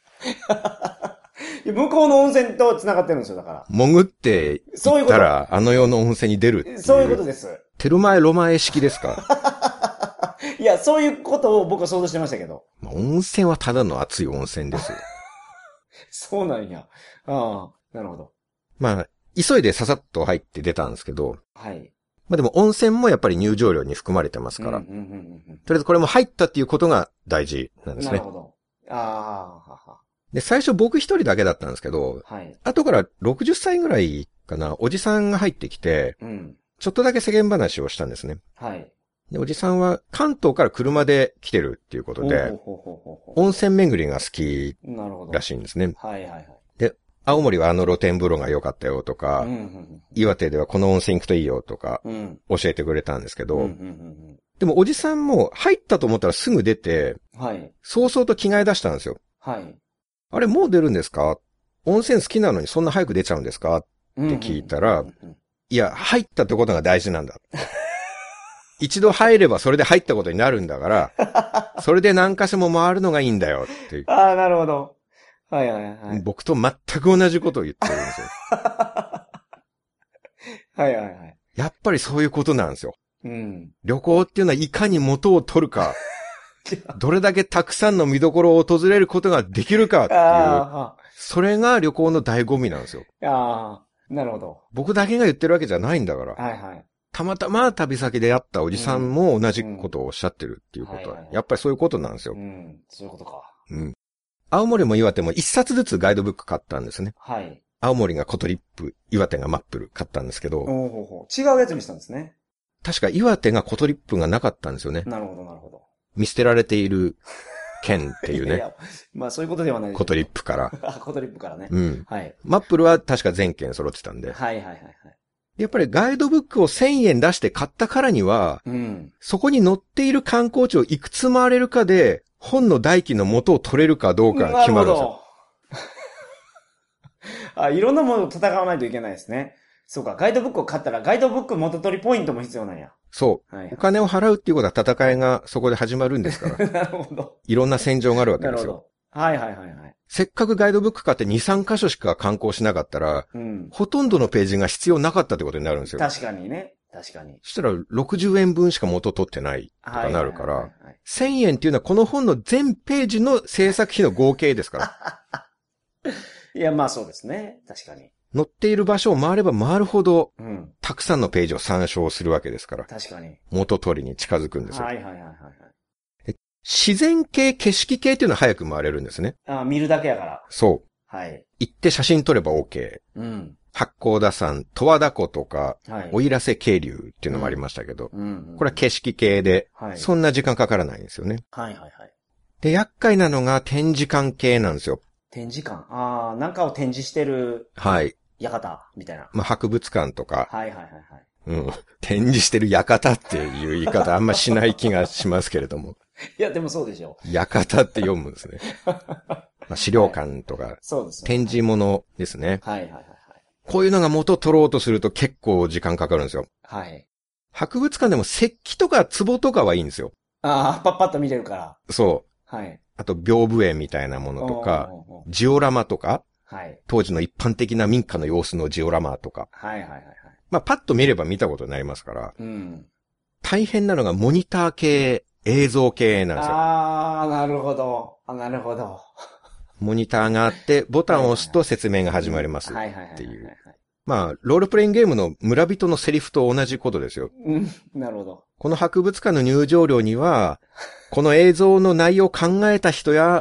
向こうの温泉と繋がってるんですよ、だから。 潜って行ったらあの世の温泉に出るっていう。 そういうことです。 テルマエロマエ式ですか？ いや、そういうことを僕は想像してましたけど。 まあ、温泉はただの熱い温泉ですよ。 そうなんや。ああ、なるほど。 まあ、急いでささっと入って出たんですけど。 はい。 まあでも温泉もやっぱり入場料に含まれてますから。うんうんうんうん、とりあえずこれも入ったっていうことが大事なんですね。なるほど。ああ、はは。で、最初僕一人だけだったんですけど、はい。後からろくじゅっさいぐらいかな、おじさんが入ってきて、うん。ちょっとだけ世間話をしたんですね。はい。で、おじさんは関東から車で来てるっていうことで、温泉巡りが好きらしいんですね。はいはいはい。で、青森はあの露天風呂が良かったよとか、うんうんうん、岩手ではこの温泉行くといいよとか、教えてくれたんですけど、うんうんうん、でもおじさんも入ったと思ったらすぐ出て、はい。早々と着替え出したんですよ。はい。あれもう出るんですか？温泉好きなのにそんな早く出ちゃうんですか？って聞いたら、うんうんうんうん、いや、入ったってことが大事なんだ。一度入ればそれで入ったことになるんだから、それで何箇所も回るのがいいんだよって。 ああ、なるほど。はいはいはい。 僕と全く同じことを言ってるんですよ。 はいはいはい。 やっぱりそういうことなんですよ。うん、旅行っていうのはいかに元を取るか、どれだけたくさんの見どころを訪れることができるかっていう、それが旅行の醍醐味なんですよ。 ああ、なるほど。 僕だけが言ってるわけじゃないんだから。 はいはい。 たまたま旅先で会ったおじさんも同じことをおっしゃってるっていうことは、やっぱりそういうことなんですよ。 うん、そういうことか。 うん。青森も岩手も一冊ずつガイドブック買ったんですね。はい。青森がコトリップ、岩手がマップル買ったんですけど。 おほうほう。違うやつにしたんですね。 確か岩手がコトリップがなかったんですよね。 なるほどなるほど。 見捨てられている県っていうね。いやいやまあそういうことではないです。 コトリップから。 コトリップからね。 うん。はい。マップルは確か全県揃ってたんで。 はいはいはいはい。 やっぱりガイドブックをせんえん出して買ったからには、うん、そこに載っている観光地をいくつ回れるかで、本の代金の元を取れるかどうか決まるんですよ。 あ、いろんなものと戦わないといけないですね。そうか、ガイドブックを買ったらガイドブック元取りポイントも必要なんや。 そう。はいはい、お金を払うっていうことは戦いがそこで始まるんですから。 なるほど。 いろんな戦場があるわけですよ。なるほど。 はいはいはいはい。 せっかくガイドブック買ってに、さん箇所しか観光しなかったら、うん、ほとんどのページが必要なかったってことになるんですよ。 確かにね。確かに。 そしたらろくじゅうえんぶんしか元取ってないとかなるから、せんえんっていうのはこの本の全ページの制作費の合計ですから。 いや、まあそうですね。確かに。 載っている場所を回れば回るほど、うん、たくさんのページを参照するわけですから。 確かに。 元取りに近づくんですよ。 はいはいはいはい。 自然系、景色系っていうのは早く回れるんですね。 ああ、見るだけやから。 そう。はい。行って写真撮れば OK。うん。八甲田山、十和田湖とか、はい、奥入瀬渓流っていうのもありましたけど、うんうんうん、これは景色系で、はい、そんな時間かからないんですよね。はいはいはい。で、厄介なのが展示館系なんですよ。 展示館ああ、なんかを展示してる。はい。館みたいな。 まあ、博物館とか。 はいはいはいはい。 うん。展示してる館っていう言い方あんましない気がしますけれども。 いや、でもそうでしょ。 館って読むんですね。まあ、資料館とか、はい、そうですね。展示物ですね。はいはいはい。こういうのが元取ろうとすると結構時間かかるんですよ。はい。博物館でも石器とか壺とかはいいんですよ。 ああ、パッパッと見れるから。 そう。はい。あと、屏風絵みたいなものとか、ジオラマとか、はい。当時の一般的な民家の様子のジオラマとか。はいはいはいはい。まあ、パッと見れば見たことになりますから。うん。大変なのがモニター系、映像系なんですよ。 ああ、なるほど。あ、なるほど。 モニターがあって、ボタンを押すと説明が始まりますっていう。まあ、ロールプレイングゲームの村人のセリフと同じことですよ。 うん、なるほど。 この博物館の入場料には、この映像の内容を考えた人や、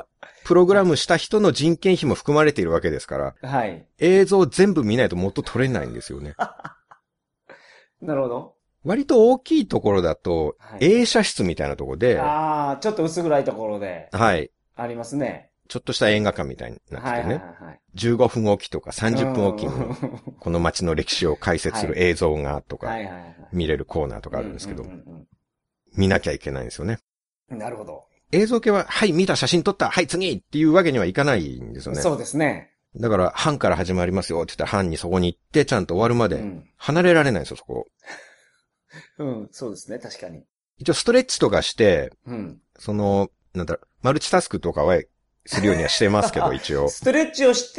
プログラムした人の人件費も含まれているわけですから、 はい。 映像全部見ないと元取れないんですよね。 なるほど。 割と大きいところだと、 はい、 映写室みたいなところで、 ああ、ちょっと薄暗いところで。 はい。 ありますね。 ちょっとした映画館みたいになっててね。はいはいはい、じゅうごふんおきとかさんじゅっぷんおきに、この街の歴史を解説する映像がとか、見れるコーナーとかあるんですけど、見なきゃいけないんですよね。 なるほど。 映像系は、はい、見た写真撮った、はい、次っていうわけにはいかないんですよね。 そうですね。 だから、班から始まりますよって言ったら、班にそこに行って、ちゃんと終わるまで、離れられないんですよ、そこ。 うん、そうですね、確かに。 一応、ストレッチとかして、 うん、 その、なんだろう、マルチタスクとかは、するようにはしてますけど、一応。 ストレッチをして、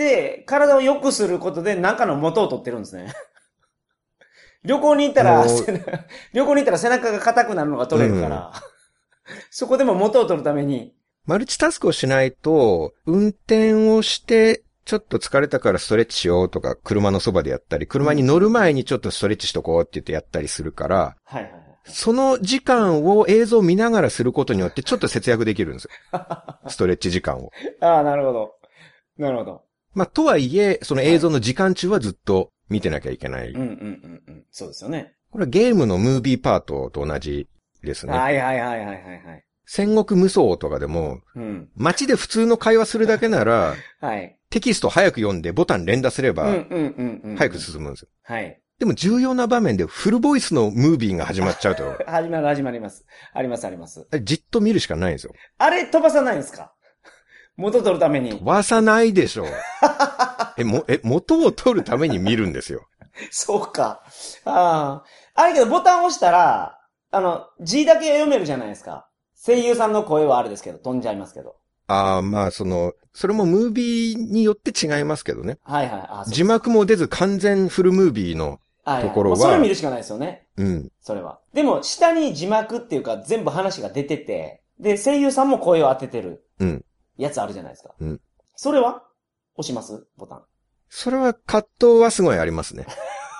体を良くすることで、何かの元を取ってるんですね。旅行に行ったら、旅行に行ったら背中が硬くなるのが取れるから、うん、そこでも元を取るために。 マルチタスクをしないと、運転をして、ちょっと疲れたからストレッチしようとか、車のそばでやったり、車に乗る前にちょっとストレッチしとこうって言ってやったりするから、 はいはいはい、 その時間を映像を見ながらすることによってちょっと節約できるんですよ。ストレッチ時間を。 ああ、なるほど。なるほど。 まあ、とはいえ、その映像の時間中はずっと見てなきゃいけない。 うんうんうんうん。そうですよね。 これはゲームのムービーパートと同じですね。 はいはいはいはいはいはい。 戦国無双とかでも、うん、街で普通の会話するだけなら、はい、テキスト早く読んでボタン連打すれば、早く進むんですよ。 はい。 でも重要な場面でフルボイスのムービーが始まっちゃうと。 始まる始まります。ありますあります。 じっと見るしかないんですよ。 あれ飛ばさないんですか？元取るために。 飛ばさないでしょう。え、も、え、元を取るために見るんですよ。 そうか。ああ。あれけどボタン押したら、あの、字だけ読めるじゃないですか。声優さんの声はあれですけど、飛んじゃいますけど。 ああ、まあ、その、それもムービーによって違いますけどね。 はいはい。あ、 字幕も出ず完全フルムービーのところは。 はいはい、それ見るしかないですよね。 うん。 それは。でも、下に字幕っていうか全部話が出てて、で、声優さんも声を当ててる。うん。やつあるじゃないですか。うん。それは押しますボタン。 それは葛藤はすごいありますね。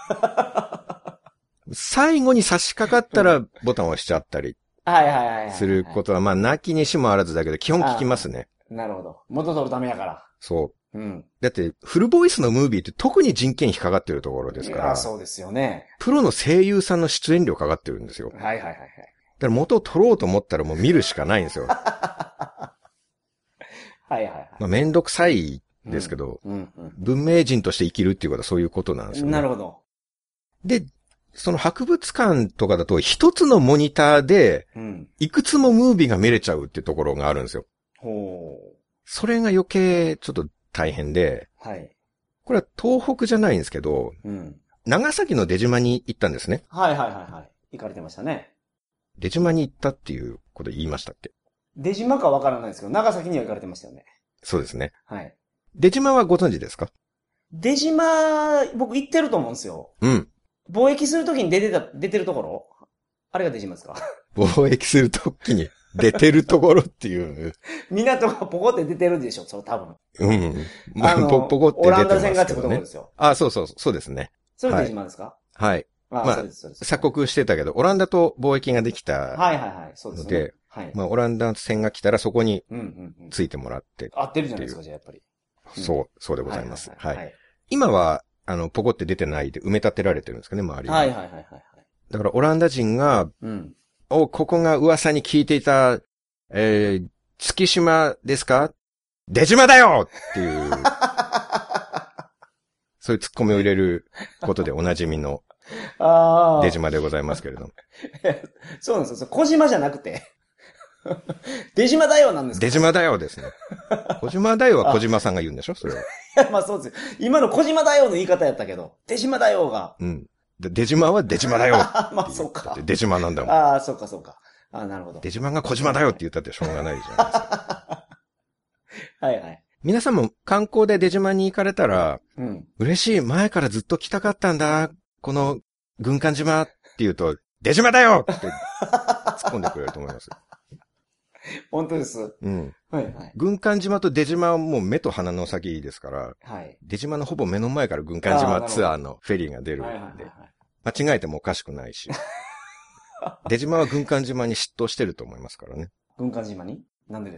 最後に差し掛かったらボタンを押しちゃったり。 はいはいはい。 することは、まあ、なきにしもあらずだけど、基本聞きますね。 なるほど。元取るためやから。 そう。うん。だって、フルボイスのムービーって特に人件費かかってるところですから。 そうですよね。 プロの声優さんの出演料かかってるんですよ。 はいはいはいはい。だから元を取ろうと思ったらもう見るしかないんですよ。 はいはいはい。 まあ、めんどくさいですけど、うんうんうん、文明人として生きるっていうことはそういうことなんですよね。 なるほど。 で、その博物館とかだと一つのモニターで、いくつもムービーが見れちゃうっていうところがあるんですよ。ほう。それが余計ちょっと大変で、はい。これは東北じゃないんですけど、うん、長崎の出島に行ったんですね。 はいはいはいはい。行かれてましたね。 出島に行ったっていうこと言いましたっけ？ 出島かわからないですけど、長崎には行かれてましたよね。 そうですね。 はい。 出島はご存知ですか？ 出島、僕行ってると思うんですよ。うん。貿易するときに出てた、出てるところあれが出島ですか？ 貿易するときに出てるところっていう。 港がポコって出てるでしょ、それ多分。 うん。まあ、ポコって出てますけどね。オランダ船がってことですよ。あ、そうそう、そうですね。 それ出島ですか？ はい。はい、あまあ、そうです、そうです。鎖国してたけど、オランダと貿易ができた。 はいはいはい、そうですね。はい。 まあ、オランダ船が来たらそこについてもらって。 合ってるじゃないですか、じゃあやっぱり。 そう、そうでございます。はい。今は、あの、ポコって出てないで埋め立てられてるんですかね、周りに。 はいはいはいはい。 だからオランダ人が、うん、お、ここが噂に聞いていた、えー、月島ですか？出島だよっていう、そういうツッコミを入れることでおなじみの、出島でございますけれども。 そうなんですよ。小島じゃなくて。出島だよなんですか？ 出島だよですね。小島だよは小島さんが言うんでしょそれは。 まあそうですよ。今の小島だよの言い方やったけど、出島だよが。 うん。で出島は出島だよ。 まあそうか。 出島なんだもん。 ああ、そうかそうか。ああ、なるほど。 出島が小島だよって言ったってしょうがないじゃないですか。 はいはい。 皆さんも観光で出島に行かれたら、うん、嬉しい、前からずっと来たかったんだ、この軍艦島って言うと、出島だよって突っ込んでくれると思います。 本当です。うん。 はいはい。軍艦島と出島はもう目と鼻の先ですから、はい。出島のほぼ目の前から軍艦島ツアーのフェリーが出るんで、はいはいはいはい、間違えてもおかしくないし、出島は軍艦島に嫉妬してると思いますからね。 軍艦島に？なんでですか？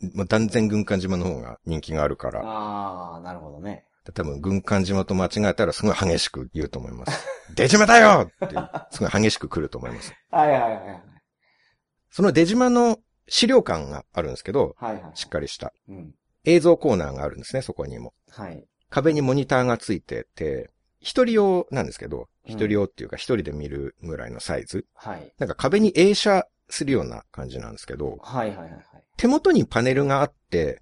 まあ、断然軍艦島の方が人気があるから。 ああ、なるほどね。 多分軍艦島と間違えたらすごい激しく言うと思います。出島だよって、すごい激しく来ると思います。 はいはいはい。 その出島の資料館があるんですけど、はいはいはい、しっかりした、うん。映像コーナーがあるんですね、そこにも。はい。壁にモニターがついてて、一人用なんですけど、一人用っていうか一人で見るぐらいのサイズ。はい。なんか壁に映写するような感じなんですけど、はいはいはい、はい。手元にパネルがあって、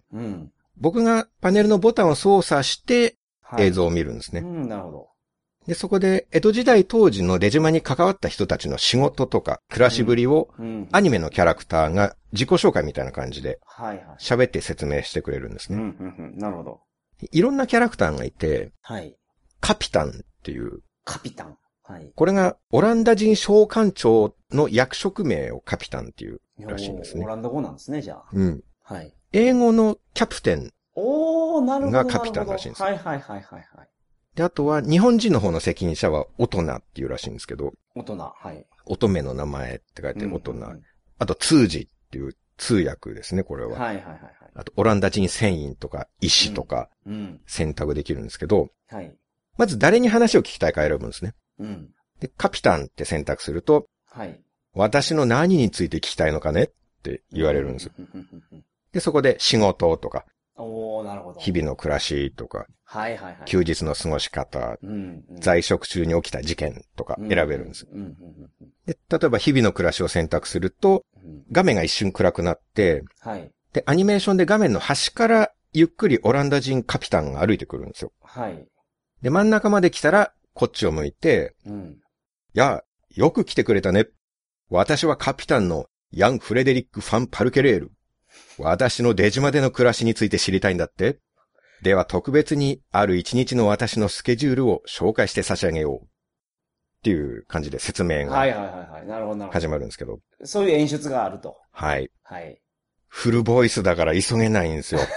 うん。僕がパネルのボタンを操作して映像を見るんですね。はい、うん、なるほど。で、そこで江戸時代当時の出島に関わった人たちの仕事とか暮らしぶりを、うんうん、アニメのキャラクターが自己紹介みたいな感じで喋って説明してくれるんですね。うんうんうん、なるほど。いろんなキャラクターがいて、はい、カピタンっていう。カピタン。はい。これがオランダ人商館長の役職名をカピタンっていうらしいんですね。 オランダ語なんですね、じゃあ。 うん。はい。英語のキャプテンがカピタンらしいんです。はいはいはいはいはい。で、あとは日本人の方の責任者はオトナっていうらしいんですけど。 オトナ、はい。 乙女の名前って書いてオトナ。うんうんうん、あと通詞っていう通訳ですね、これは。はいはいはい、はい。あとオランダ人船員とか医師とか選択できるんですけど。うん、はい。まず誰に話を聞きたいか選ぶんですね。うん。で、カピタンって選択すると、はい。私の何について聞きたいのかねって言われるんです。で、そこで仕事とか、おー、なるほど。日々の暮らしとか、はいはいはい。休日の過ごし方、うんうん、在職中に起きた事件とか選べるんです。で、例えば日々の暮らしを選択すると、画面が一瞬暗くなって、はい。で、アニメーションで画面の端からゆっくりオランダ人カピタンが歩いてくるんですよ。はい。で、真ん中まで来たら、こっちを向いて、うん、いや、よく来てくれたね。私はカピタンのヤン・フレデリック・ファン・パルケレール。私の出島での暮らしについて知りたいんだって。では特別にある一日の私のスケジュールを紹介して差し上げよう。っていう感じで説明が始まるんですけど。 そういう演出があると。 はい。はい。フルボイスだから急げないんですよ。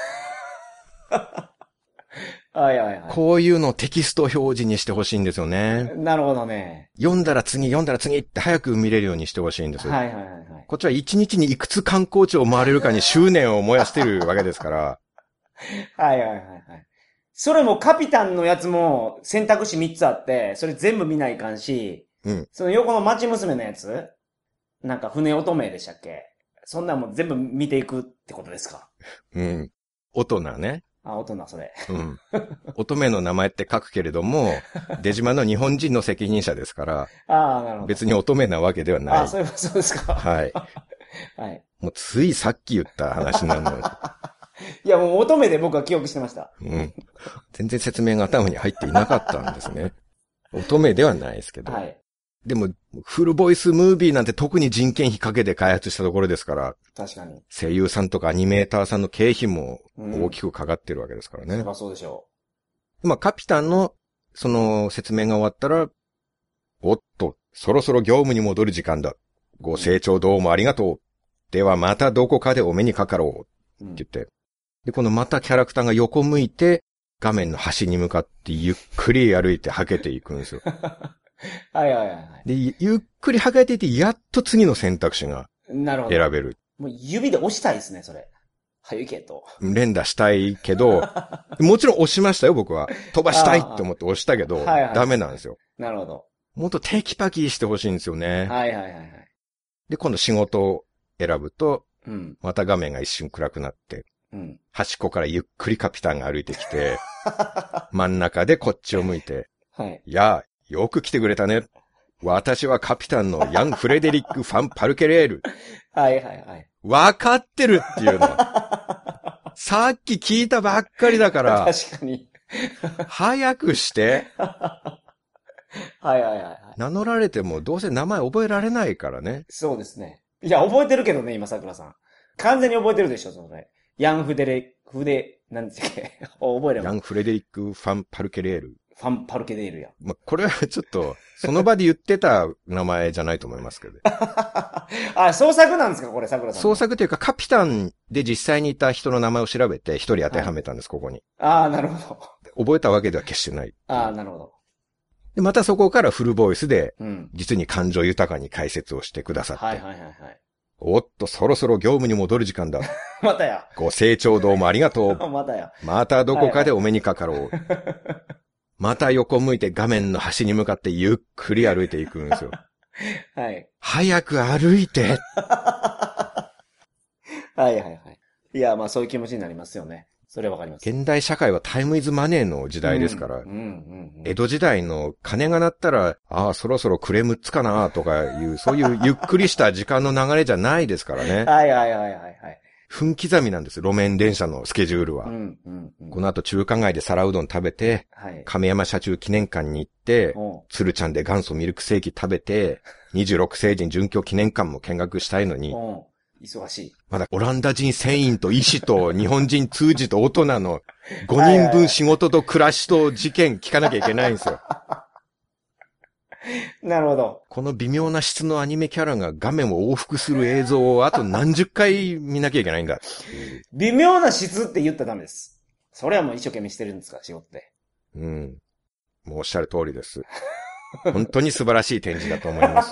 はいはいはい。こういうのをテキスト表示にしてほしいんですよね。 なるほどね。 読んだら次、読んだら次って早く見れるようにしてほしいんですよ。はいはいはい、はい。こっちは一日にいくつ観光地を回れるかに執念を燃やしてるわけですから。 はいはいはいはい。それもカピタンのやつも選択肢みっつあって、それ全部見ないかんし、うん。その横の町娘のやつなんか船乙女でしたっけ？そんなんも全部見ていくってことですか？ うん。大人ね。 あ、大人、それ。 うん。乙女の名前って書くけれども、出島の日本人の責任者ですから、ああ、なるほど。別に乙女なわけではない。 ああ、そういうそうですか。 はい。はい。もうついさっき言った話なのよ。 いや、もう乙女で僕は記憶してました。 うん。全然説明が頭に入っていなかったんですね。乙女ではないですけど。はい。でも、フルボイスムービーなんて特に人件費かけて開発したところですから。 確かに。 声優さんとかアニメーターさんの経費も大きくかかってるわけですからね。 うん、そりゃそうでしょう。まあ、カピタンの、その説明が終わったら、おっと、そろそろ業務に戻る時間だ。ご清聴どうもありがとう。ではまたどこかでお目にかかろう。って言って。うん、で、このまたキャラクターが横向いて、画面の端に向かってゆっくり歩いてはけていくんですよ。 はいはいはい。 で、ゆっくりはけていて、やっと次の選択肢が選べる。 もう指で押したいですね、それ。はゆけと。 連打したいけど、もちろん押しましたよ、僕は。飛ばしたいって思って押したけど、はいはい、ダメなんですよ。 なるほど。 もっとテキパキしてほしいんですよね。 はいはいはいはい。 で、今度仕事を選ぶと、うん、また画面が一瞬暗くなって、うん、端っこからゆっくりカピタンが歩いてきて、真ん中でこっちを向いて、はい、いや、よく来てくれたね。私はカピタンのヤン・フレデリック・ファン・パルケレール。 はいはいはい。 わかってるっていうの。さっき聞いたばっかりだから。 確かに。 早くして。 はいはいはい、はい。 名乗られてもどうせ名前覚えられないからね。 そうですね。いや、覚えてるけどね、今、桜さん。完全に覚えてるでしょ、それ。ヤン・フデレ、フデ、なんですっけ。覚えれば。 ヤン・フレデリック・ファン・パルケレール。 ファン・パルケレールや。 まあ、これはちょっと、その場で言ってた名前じゃないと思いますけど。 あ、創作なんですかこれ、桜さん。 創作というか、カピタンで実際にいた人の名前を調べて一人当てはめたんです、はい、ここに。 ああ、なるほど。覚えたわけでは決してない。 ああ、なるほど。 で、またそこからフルボイスで、実に感情豊かに解説をしてくださって。うん、はいはいはいはい。 おっと、そろそろ業務に戻る時間だ。 またや。 ご清聴どうもありがとう。 またや。 またどこかでお目にかかろう。はいはい、また横向いて画面の端に向かってゆっくり歩いていくんですよ。 はい。 早く歩いて。 はいはいはい。いや、まあそういう気持ちになりますよね。それはわかります。 現代社会はタイムイズマネーの時代ですから、うんうんうんうん、江戸時代の鐘が鳴ったら、ああ、そろそろクレームつかなとかいう、そういうゆっくりした時間の流れじゃないですからね。 はいはいはいはいはい。 分刻みなんです、路面電車のスケジュールは。 うんうんうん、 この後中華街で皿うどん食べて、はい、亀山社中記念館に行って、鶴ちゃんで元祖ミルクセーキ食べて、にじゅうろく世人殉教記念館も見学したいのに、 忙しい。 まだオランダ人船員と医師と日本人通じと大人のごにんぶん仕事と暮らしと事件聞かなきゃいけないんですよ。 なるほど。 この微妙な質のアニメキャラが画面を往復する映像をあと何十回見なきゃいけないんだ。 微妙な質って言ったらダメです。それはもう一生懸命してるんですから、仕事で。 うん。もうおっしゃる通りです。本当に素晴らしい展示だと思います。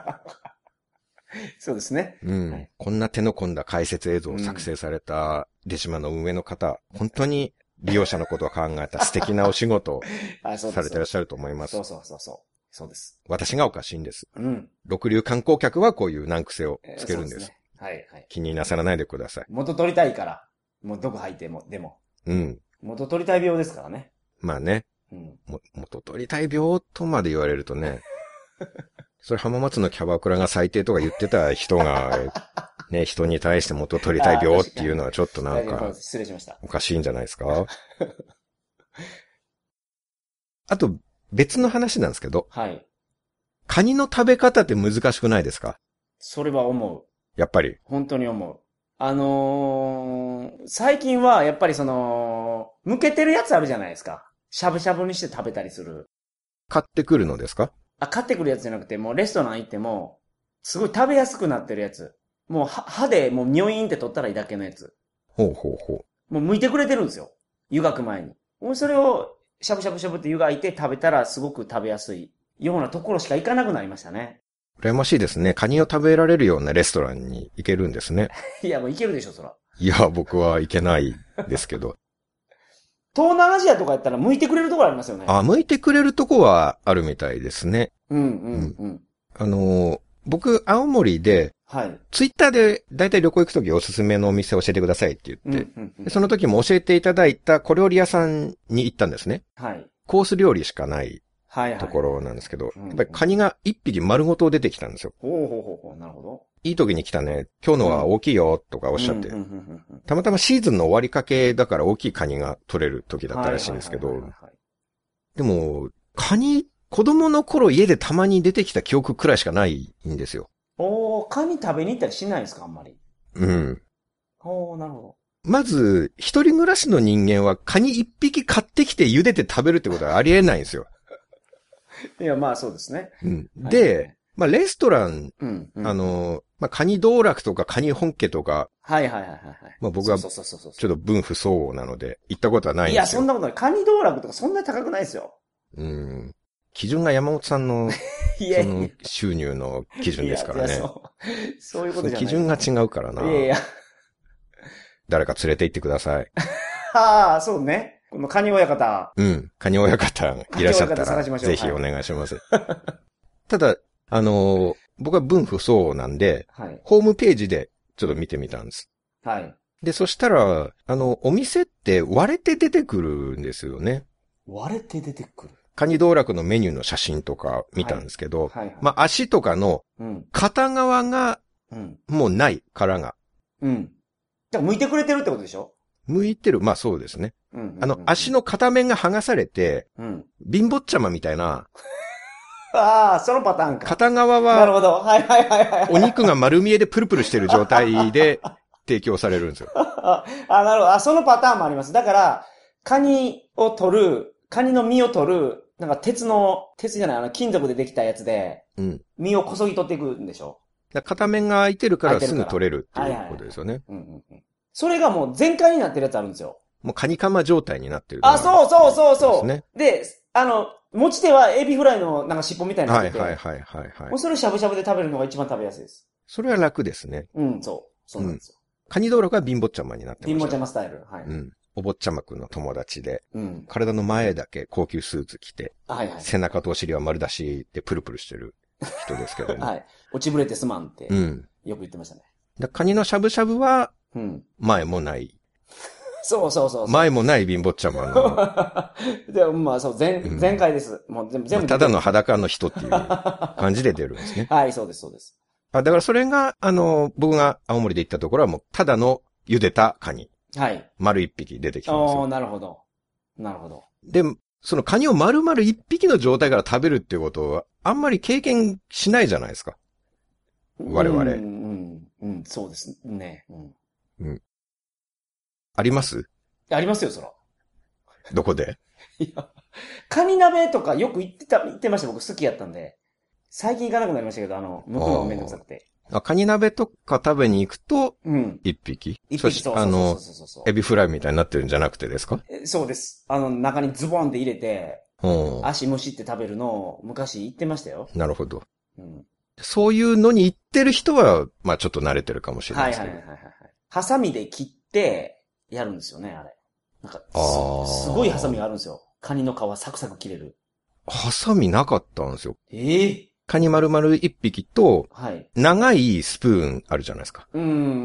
そうですね。 うん、はい。こんな手の込んだ解説映像を作成された出島の運営の方、うん、本当に利用者のことを考えた素敵なお仕事をされてらっしゃると思います。 そうそうそうそう。そうです。 私がおかしいんです。 うん。 六流観光客はこういう難癖をつけるんです。えー、そうですね。 はいはい。 気になさらないでください。 元取りたいから。もうどこ入っても、でも。 うん。 元取りたい病ですからね。 まあね。うん。も元取りたい病とまで言われるとね。それ浜松のキャバクラが最低とか言ってた人が、ね、人に対して元取りたい病っていうのはちょっとなんか、 失礼しました。 おかしいんじゃないですか。あと、別の話なんですけど。 はい。 カニの食べ方って難しくないですか？ それは思う。 やっぱり。 本当に思う。あのー、最近はやっぱりその、剥けてるやつあるじゃないですか。しゃぶしゃぶにして食べたりする。 買ってくるのですか？ あ、買ってくるやつじゃなくて、もうレストラン行っても、すごい食べやすくなってるやつ。もう歯でもうニョインって取ったらいいだけのやつ。 ほうほうほう。もう剥いてくれてるんですよ。湯がく前に。もうそれをしゃぶしゃぶしゃぶって湯がいて食べたらすごく食べやすいようなところしか行かなくなりましたね。 羨ましいですね。カニを食べられるようなレストランに行けるんですね。 いや、もう行けるでしょ、そら。 いや、僕は行けないですけど。 東南アジアとかやったら剥いてくれるところありますよね。 あ、剥いてくれるとこはあるみたいですね。 うんうんうん。うん、 あの、僕、青森で、はい。ツイッターでだいたい旅行行くときおすすめのお店教えてくださいって言って、うんうんうん、その時も教えていただいた小料理屋さんに行ったんですね。はい。コース料理しかないところなんですけど、はいはい、やっぱりカニが一匹丸ごと出てきたんですよ。 ほうほうほうほう、なるほど。 いい時に来たね。今日のは大きいよとかおっしゃって、たまたまシーズンの終わりかけだから大きいカニが取れる時だったらしいんですけど、でも、カニ、子供の頃家でたまに出てきた記憶くらいしかないんですよ。 おー、カニ食べに行ったりしないですか、あんまり。 うん。 おー、なるほど。 まず、一人暮らしの人間はカニ一匹買ってきて茹でて食べるってことはありえないんですよ。 いや、まあそうですね。 うん。で、はい、まあレストラン、うんうん、あの、まあカニ道楽とかカニ本家とか、 はいはいはいはい。 まあ僕は、ちょっと分不相応なので、行ったことはないんですよ。 いや、そんなことない。カニ道楽とかそんなに高くないですよ。 うん。基準が山本さんの、いやいやその収入の基準ですからね。いやいやそう、そういうことじゃない。基準が違うからな。いやいや。誰か連れて行ってください。 ああ、そうね。このカニ親方。 うん。カニ親方いらっしゃったら、ぜひお願いします。はい、ただ、あのー、僕は分不相応なんで、はい、ホームページでちょっと見てみたんです。はい。で、そしたら、あの、お店って割れて出てくるんですよね。 割れて出てくる？ カニ道楽のメニューの写真とか見たんですけど、はいはいはい、まあ足とかの片側がもうない殻が。 うん。じゃあ剥いてくれてるってことでしょ？ 剥いてる。まあそうですね。うんうんうんうん、あの足の片面が剥がされて、うん、貧乏ちゃまみたいな。 ああ、そのパターンか。 片側は、 なるほど。はいはいはいはい。 お肉が丸見えでプルプルしてる状態で提供されるんですよ。 あ、なるほど。あ、そのパターンもあります。だから、カニを取る、カニの身を取る、なんか鉄の、鉄じゃない、あの金属でできたやつで、うん。身をこそぎ取っていくんでしょ？ 片面が空いてるからすぐ取れるっていうことですよね。 うんうんうん。それがもう全開になってるやつあるんですよ。 もうカニカマ状態になってる、 ね。あ、そうそうそうそう。ね、で、あの、持ち手はエビフライのなんか尻尾みたいになってて。 はいはいはいはい、はい。 もうそれしゃぶしゃぶで食べるのが一番食べやすいです。 それは楽ですね。 うん、そう。そうなんですよ。 うん、カニ道楽は貧乏ちゃまになってました。 貧乏ちゃまスタイル。はい。 うん。お坊ちゃまくんの友達で、 うん、 体の前だけ高級スーツ着て、 はいはい、 背中とお尻は丸出しでプルプルしてる人ですけども。 はい。落ちぶれてすまんって、うん、よく言ってましたね。 だカニのしゃぶしゃぶは、うん、前もない。 そうそうそうそう。 前もない貧乏ちゃまの。 でもまあそう、前、前回です。もう全部、全部。 ただの裸の人っていう感じで出るんですね。 はい、そうです、そうです。 あ、だからそれが、あの、僕が青森で行ったところはもう、ただの茹でたカニ。はい。丸一匹出てきたんですよ。 おー、なるほど。なるほど。 で、そのカニを丸々一匹の状態から食べるっていうことは、あんまり経験しないじゃないですか。我々。うん、 うん、うん、そうですね。うん。うん。 あります？ ありますよ、そら。 どこで？ いや、カニ鍋とかよく行ってた、行ってました。僕好きやったんで。最近行かなくなりましたけど、あの、向くのがめんどくさくて。 あ、カニ鍋とか食べに行くと、うん。一匹。 一匹、そうそうそうそうそう。あの、 エビフライみたいになってるんじゃなくてですか？ そうです。あの、中にズボンって入れて、足むしって食べるのを昔言ってましたよ。 なるほど。うん。そういうのに行ってる人は、まあちょっと慣れてるかもしれないですけど。はいはいはいはい。ハサミで切って、やるんですよね、あれ。なんかす、すごいハサミがあるんですよ。カニの皮サクサク切れる。 ハサミなかったんですよ。 ええー、 カニ丸々一匹と、はい。長いスプーンあるじゃないですか。うん。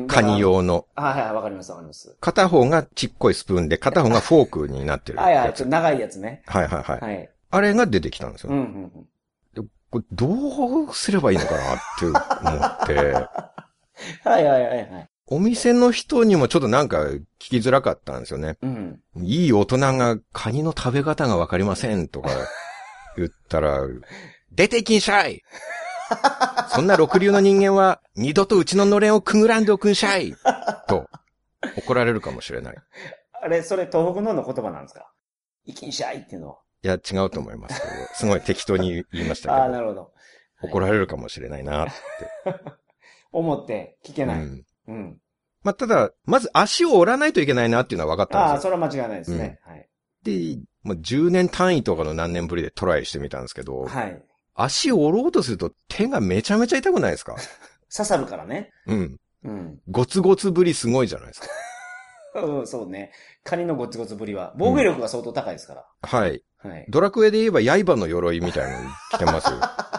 カニ用の。 はいはい、わかりますわかります。 片方がちっこいスプーンで、片方がフォークになってるやつ。 はいはい、ちょっと長いやつね。 はいはいはい。はい。あれが出てきたんですよ。うんうんうん。これどうすればいいのかなって思って。はいはいはいはい。お店の人にもちょっとなんか聞きづらかったんですよね。うん。いい大人がカニの食べ方がわかりませんとか言ったら、出てきんしゃいそんな六流の人間は二度とうちののれんをくぐらんでおくんしゃいと怒られるかもしれない。 あれ、それ東北のの言葉なんですか？いきんしゃいっていうのは。 いや、違うと思いますけど、すごい適当に言いましたけど。 ああ、なるほど。 怒られるかもしれないなって。 思って聞けない。うん。うん。 まあ、ただ、まず足を折らないといけないなっていうのは分かったんですよ。 ああ、それは間違いないですね。うん、はい。 で、まあ、じゅうねん単位とかの何年ぶりでトライしてみたんですけど、はい。足を折ろうとすると手がめちゃめちゃ痛くないですか？ 刺さるからね。 うん。うん。ゴツゴツぶりすごいじゃないですか。 うん、そうね。カニのゴツゴツぶりは、防御力が相当高いですから。 うん、はい。はい。ドラクエで言えば刃の鎧みたいなの着てますよ。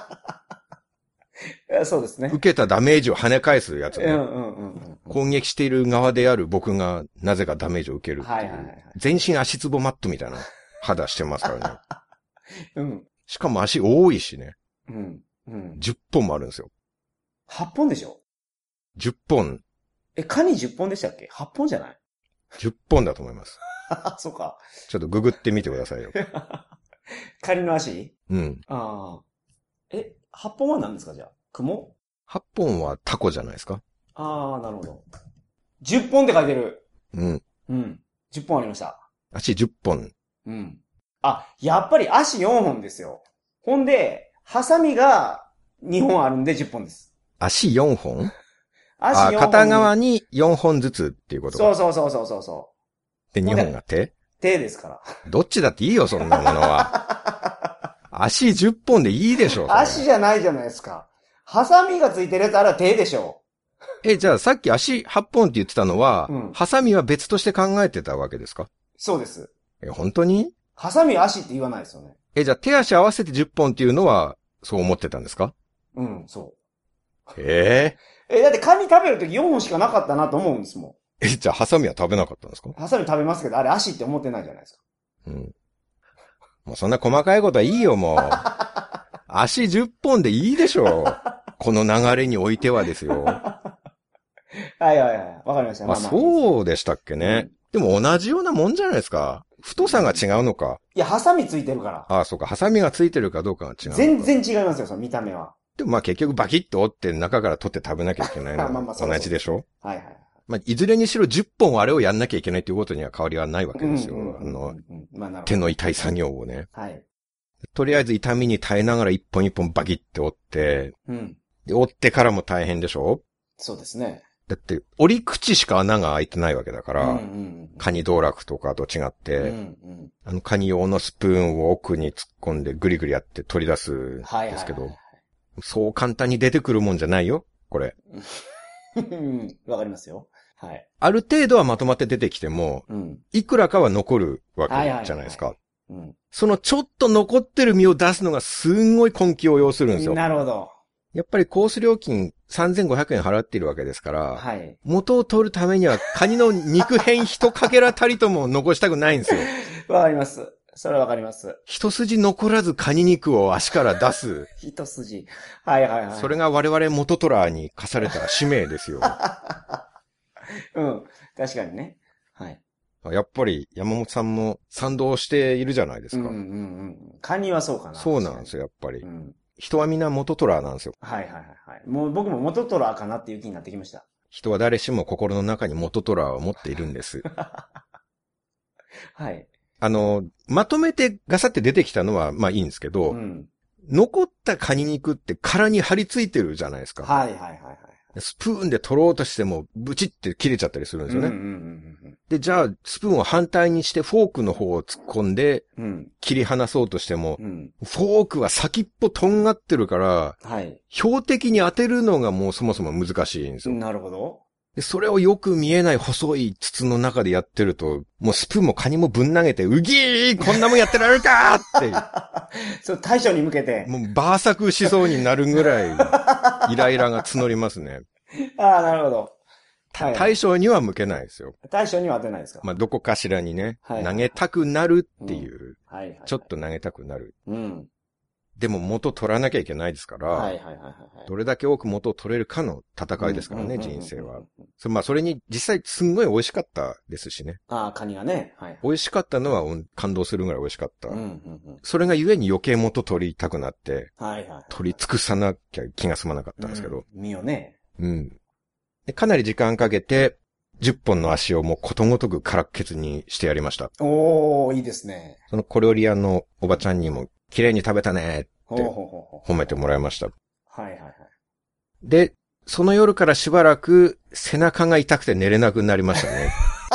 そうですね。 受けたダメージを跳ね返すやつね。うんうんうんうん、攻撃している側である僕がなぜかダメージを受けるっていう。はいはいはい、全身足つぼマットみたいな肌してますからね。うん。しかも足多いしね。うん。うん。じゅっぽんもあるんですよ。 はっぽんでしょ？ じゅっ 本。 え、カニじゅっぽんでしたっけ？ はっ 本じゃない？ じゅっ 本だと思います。 そうか。 ちょっとググってみてくださいよ。 カニの足？ うん。 ああ。え、はっぽんは何ですかじゃあ？雲？ はっ 本はタコじゃないですか？ ああ、なるほど。じゅっぽんって書いてる。 うん。 うん。じゅっぽんありました。 足じゅっぽん。 うん。あ、やっぱり足よんほんですよ。ほんで、ハサミがにほんあるんでじゅっぽんです。 足よんほん？足よんほん。あ、片側によんほんずつっていうことか。 そうそうそうそうそう。 で、にほんが手？ 手ですから。 どっちだっていいよ、そんなものは。足じゅっぽんでいいでしょ。 足じゃないじゃないですか。ハサミがついてるやつあれは手でしょ。 え、じゃあさっき足はっぽんって言ってたのは、うん、ハサミは別として考えてたわけですか？ そうです。 え、本当に？ ハサミは足って言わないですよね。 え、じゃあ手足合わせてじゅっぽんっていうのは、そう思ってたんですか？ うん、そう。 ええー、だってカニ食べるときよんほんしかなかったなと思うんですもん。 え、じゃあハサミは食べなかったんですか？ ハサミ食べますけど、あれ足って思ってないじゃないですか。うん。 もうそんな細かいことはいいよ、もう。足じゅっぽんでいいでしょう。この流れにおいてはですよ。 はいはいはい。わかりました。 まあ、まあ、そうでしたっけね、うん。でも同じようなもんじゃないですか。太さが違うのか。 いや、ハサミついてるから。 ああ、そうか。ハサミがついてるかどうかが違う。 全然違いますよ、その見た目は。 でもまあ結局バキッと折って中から取って食べなきゃいけないのは同じでしょ？はいはい。まあ、いずれにしろじゅっぽんあれをやんなきゃいけないということには変わりはないわけですよ。あの、まあ、手の痛い作業をね。はい。とりあえず痛みに耐えながら一本一本バキッて折って、うん。で、折ってからも大変でしょ？ そうですね。 だって、折り口しか穴が開いてないわけだから、うんうん、カニ道楽とかと違って、うんうん、あのカニ用のスプーンを奥に突っ込んでグリグリやって取り出すんですけど、はいはいはいはい、そう簡単に出てくるもんじゃないよ。 これ。 わかりますよ。はい。 ある程度はまとまって出てきても、 うん、 いくらかは残るわけじゃないですか。そのちょっと残ってる実を出すのがすんごい根気を要するんですよ。 なるほど。 やっぱりコース料金さんぜんごひゃくえん払っているわけですから、 はい、 元を取るためにはカニの肉片一かけらたりとも残したくないんですよ。 わかります。それはわかります。 一筋残らずカニ肉を足から出す。 一筋。はいはいはい。 それが我々元トラーに課された使命ですよ。 うん。確かにね。はい。 やっぱり山本さんも賛同しているじゃないですか。 うんうんうん。カニはそうかな。 そうなんですよ、やっぱり。 うん、 人はみんな元トラーなんですよ。 はいはいはいはい。もう僕も元トラーかなっていう気になってきました。 人は誰しも心の中に元トラーを持っているんです。 はい。 あの、まとめてガサって出てきたのはまあいいんですけど、うん、残ったカニ肉って殻に張り付いてるじゃないですか。 はいはいはいはい。 スプーンで取ろうとしてもブチって切れちゃったりするんですよね。うんうんうんうん、で、じゃあスプーンを反対にしてフォークの方を突っ込んで、切り離そうとしても、うん、フォークは先っぽとんがってるから、はい、標的に当てるのがもうそもそも難しいんですよ。 なるほど。 で、それをよく見えない細い筒の中でやってると、もうスプーンもカニもぶん投げて、うぎーこんなもんやってられるかって。 そう、大将に向けて。 もうバーサクしそうになるぐらい、イライラが募りますね。 ああ、なるほど。 はい、大将には向けないですよ。 大将には当てないですか？ まあ、どこかしらにね、はい、投げたくなるっていう、うんはいはいはい、ちょっと投げたくなる。うん、でも元取らなきゃいけないですから、はいはいはいはい、どれだけ多く元を取れるかの戦いですからね、人生は。それまあ、それに実際すんごい美味しかったですしね。 ああ、カニがね、はい。 美味しかったのは感動するぐらい美味しかった。うんうんうん、それがゆえに余計元取りたくなって、はいはいはい、取り尽くさなきゃ気が済まなかったんですけど。 うん、身をね。 うん。でかなり時間かけて、じゅっぽんの足をもうことごとく空っけつにしてやりました。 おー、いいですね。 その小料理屋のおばちゃんにも、綺麗に食べたねって褒めてもらいました。 はいはいはい。 で、その夜からしばらく背中が痛くて寝れなくなりましたね。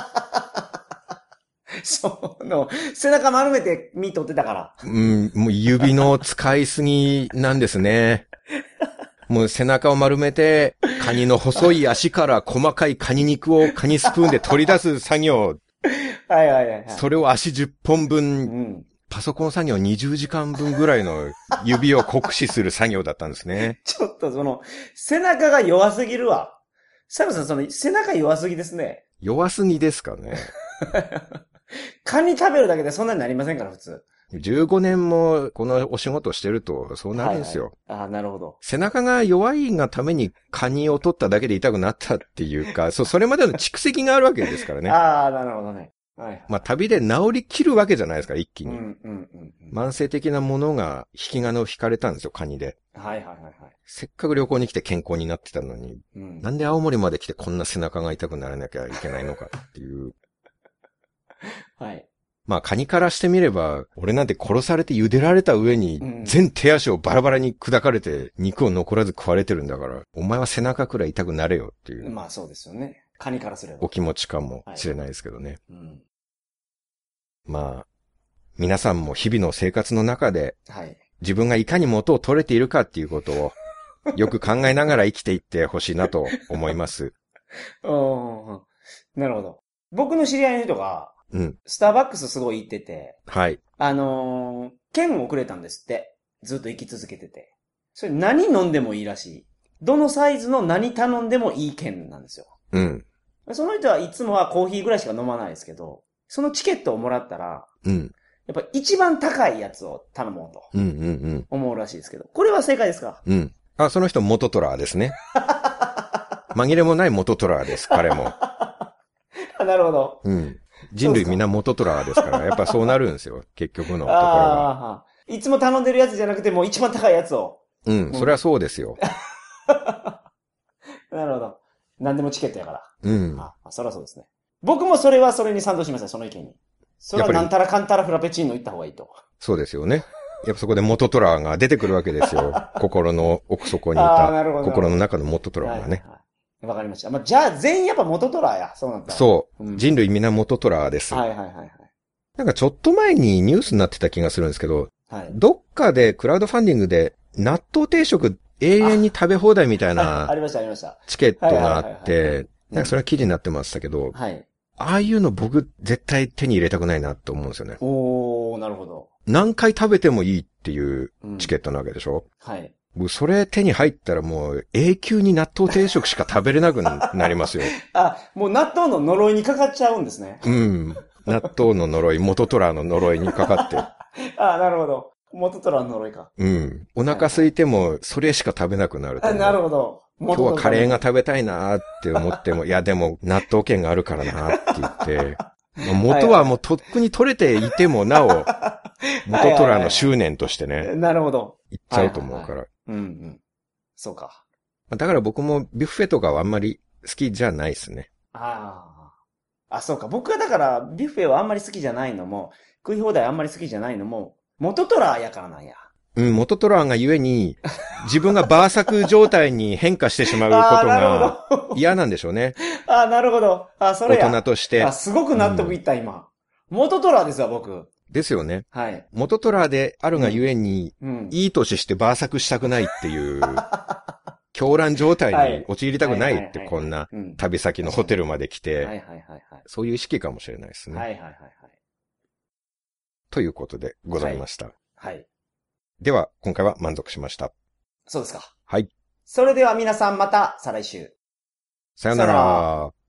その、背中丸めて身取ってたから。 うん、もう指の使いすぎなんですね。もう背中を丸めて、カニの細い足から細かいカニ肉をカニスプーンで取り出す作業。 はいはいはい、はい。 それを足じゅっぽんぶん、うん、パソコン作業にじゅうじかんぶんぐらいの指を酷使する作業だったんですね。 ちょっとその、背中が弱すぎるわ。サムさん、その、背中弱すぎですね。 弱すぎですかね。 カニ食べるだけでそんなになりませんから、普通。 じゅうごねんもこのお仕事をしてるとそうなるんですよ。 はいはい、ああ、なるほど。 背中が弱いがためにカニを取っただけで痛くなったっていうか、そう、それまでの蓄積があるわけですからね。 ああ、なるほどね。はいはい、 まあ旅で治り切るわけじゃないですか、一気に。うんうんうんうん、慢性的なものが引き金を引かれたんですよ、カニで。 はいはいはいはい。 せっかく旅行に来て健康になってたのに、うん、なんで青森まで来てこんな背中が痛くならなきゃいけないのかっていう。はい。まあ、カニからしてみれば、俺なんて殺されて茹でられた上に、全手足をバラバラに砕かれて、肉を残らず食われてるんだから、お前は背中くらい痛くなれよっていう。 まあそうですよね。カニからすれば。 お気持ちかもしれないですけどね。はいうん、まあ、皆さんも日々の生活の中で、はい、自分がいかに元を取れているかっていうことを、よく考えながら生きていってほしいなと思います。 おなるほど。僕の知り合いの人が、うん。スターバックスすごい行ってて。はい。あのー、券をくれたんですって。ずっと行き続けてて。それ何飲んでもいいらしい。どのサイズの何頼んでもいい券なんですよ。うん。その人はいつもはコーヒーぐらいしか飲まないですけど、そのチケットをもらったら、うん。やっぱ一番高いやつを頼もうと。うんうんうん。思うらしいですけど。これは正解ですか？ うん。あ、その人元トラーですね。紛れもない元トラーです、彼も。 なるほど。 うん。人類みんな元トラーですから、やっぱそうなるんですよ、結局のところは。 いつも頼んでるやつじゃなくてもう一番高いやつを。 うん、それはそうですよ。 なるほど。何でもチケットやから。うん。あ、そりゃそうですね。僕もそれはそれに賛同しました、その意見に。それはなんたらかんたらフラペチーノ行った方がいいと。 そうですよね。やっぱそこで元トラーが出てくるわけですよ。心の奥底にいた、心の中の元トラーがね。はいはいわかりました。まあ、じゃあ全員やっぱ元トラーや。そうなんだ。 そう、うん。人類みんな元トラーです。はいはいはいはい。なんかちょっと前にニュースになってた気がするんですけど、はい、どっかでクラウドファンディングで納豆定食永遠に食べ放題みたいなありました、ありました。 チケットがあって、なんかそれは記事になってましたけど、 はい。 ああいうの僕絶対手に入れたくないなと思うんですよね。 おー、なるほど。 何回食べてもいいっていうチケットなわけでしょ、うん、はい。僕それ手に入ったらもう永久に納豆定食しか食べれなくなりますよ。 あ、もう納豆の呪いにかかっちゃうんですね。 うん。納豆の呪い、元トラの呪いにかかって。 あ、なるほど。元トラの呪いか。 うん。お腹空いてもそれしか食べなくなると思う。 なるほど。 今日はカレーが食べたいなーって思っても、いやでも納豆券があるからなーって言って、元はもうとっくに取れていてもなお、元トラの執念としてね。 なるほど。 言っちゃうと思うから。 うんうん。そうか。 だから僕もビュッフェとかはあんまり好きじゃないですね。 ああ。あ、そうか。僕はだからビュッフェはあんまり好きじゃないのも、食い放題あんまり好きじゃないのも、元トラやからなんや。 うん、元トラがゆえに、自分がバーサク状態に変化してしまうことが嫌なんでしょうね。 ああ、なるほど。あ、それや。 大人として。 あ、すごく納得いった、うん、今。元トラですわ、僕。 ですよね。 はい。 元トラであるがゆえに、 うんうん、 いい年してバーサクしたくないっていう、狂乱状態に陥りたくないって、こんな旅先のホテルまで来て、そういう意識かもしれないですね。はいはいはいはい。ということでございました。はい。はい、では、今回は満足しました。 そうですか。 はい。 それでは皆さんまた再来週。 さよなら。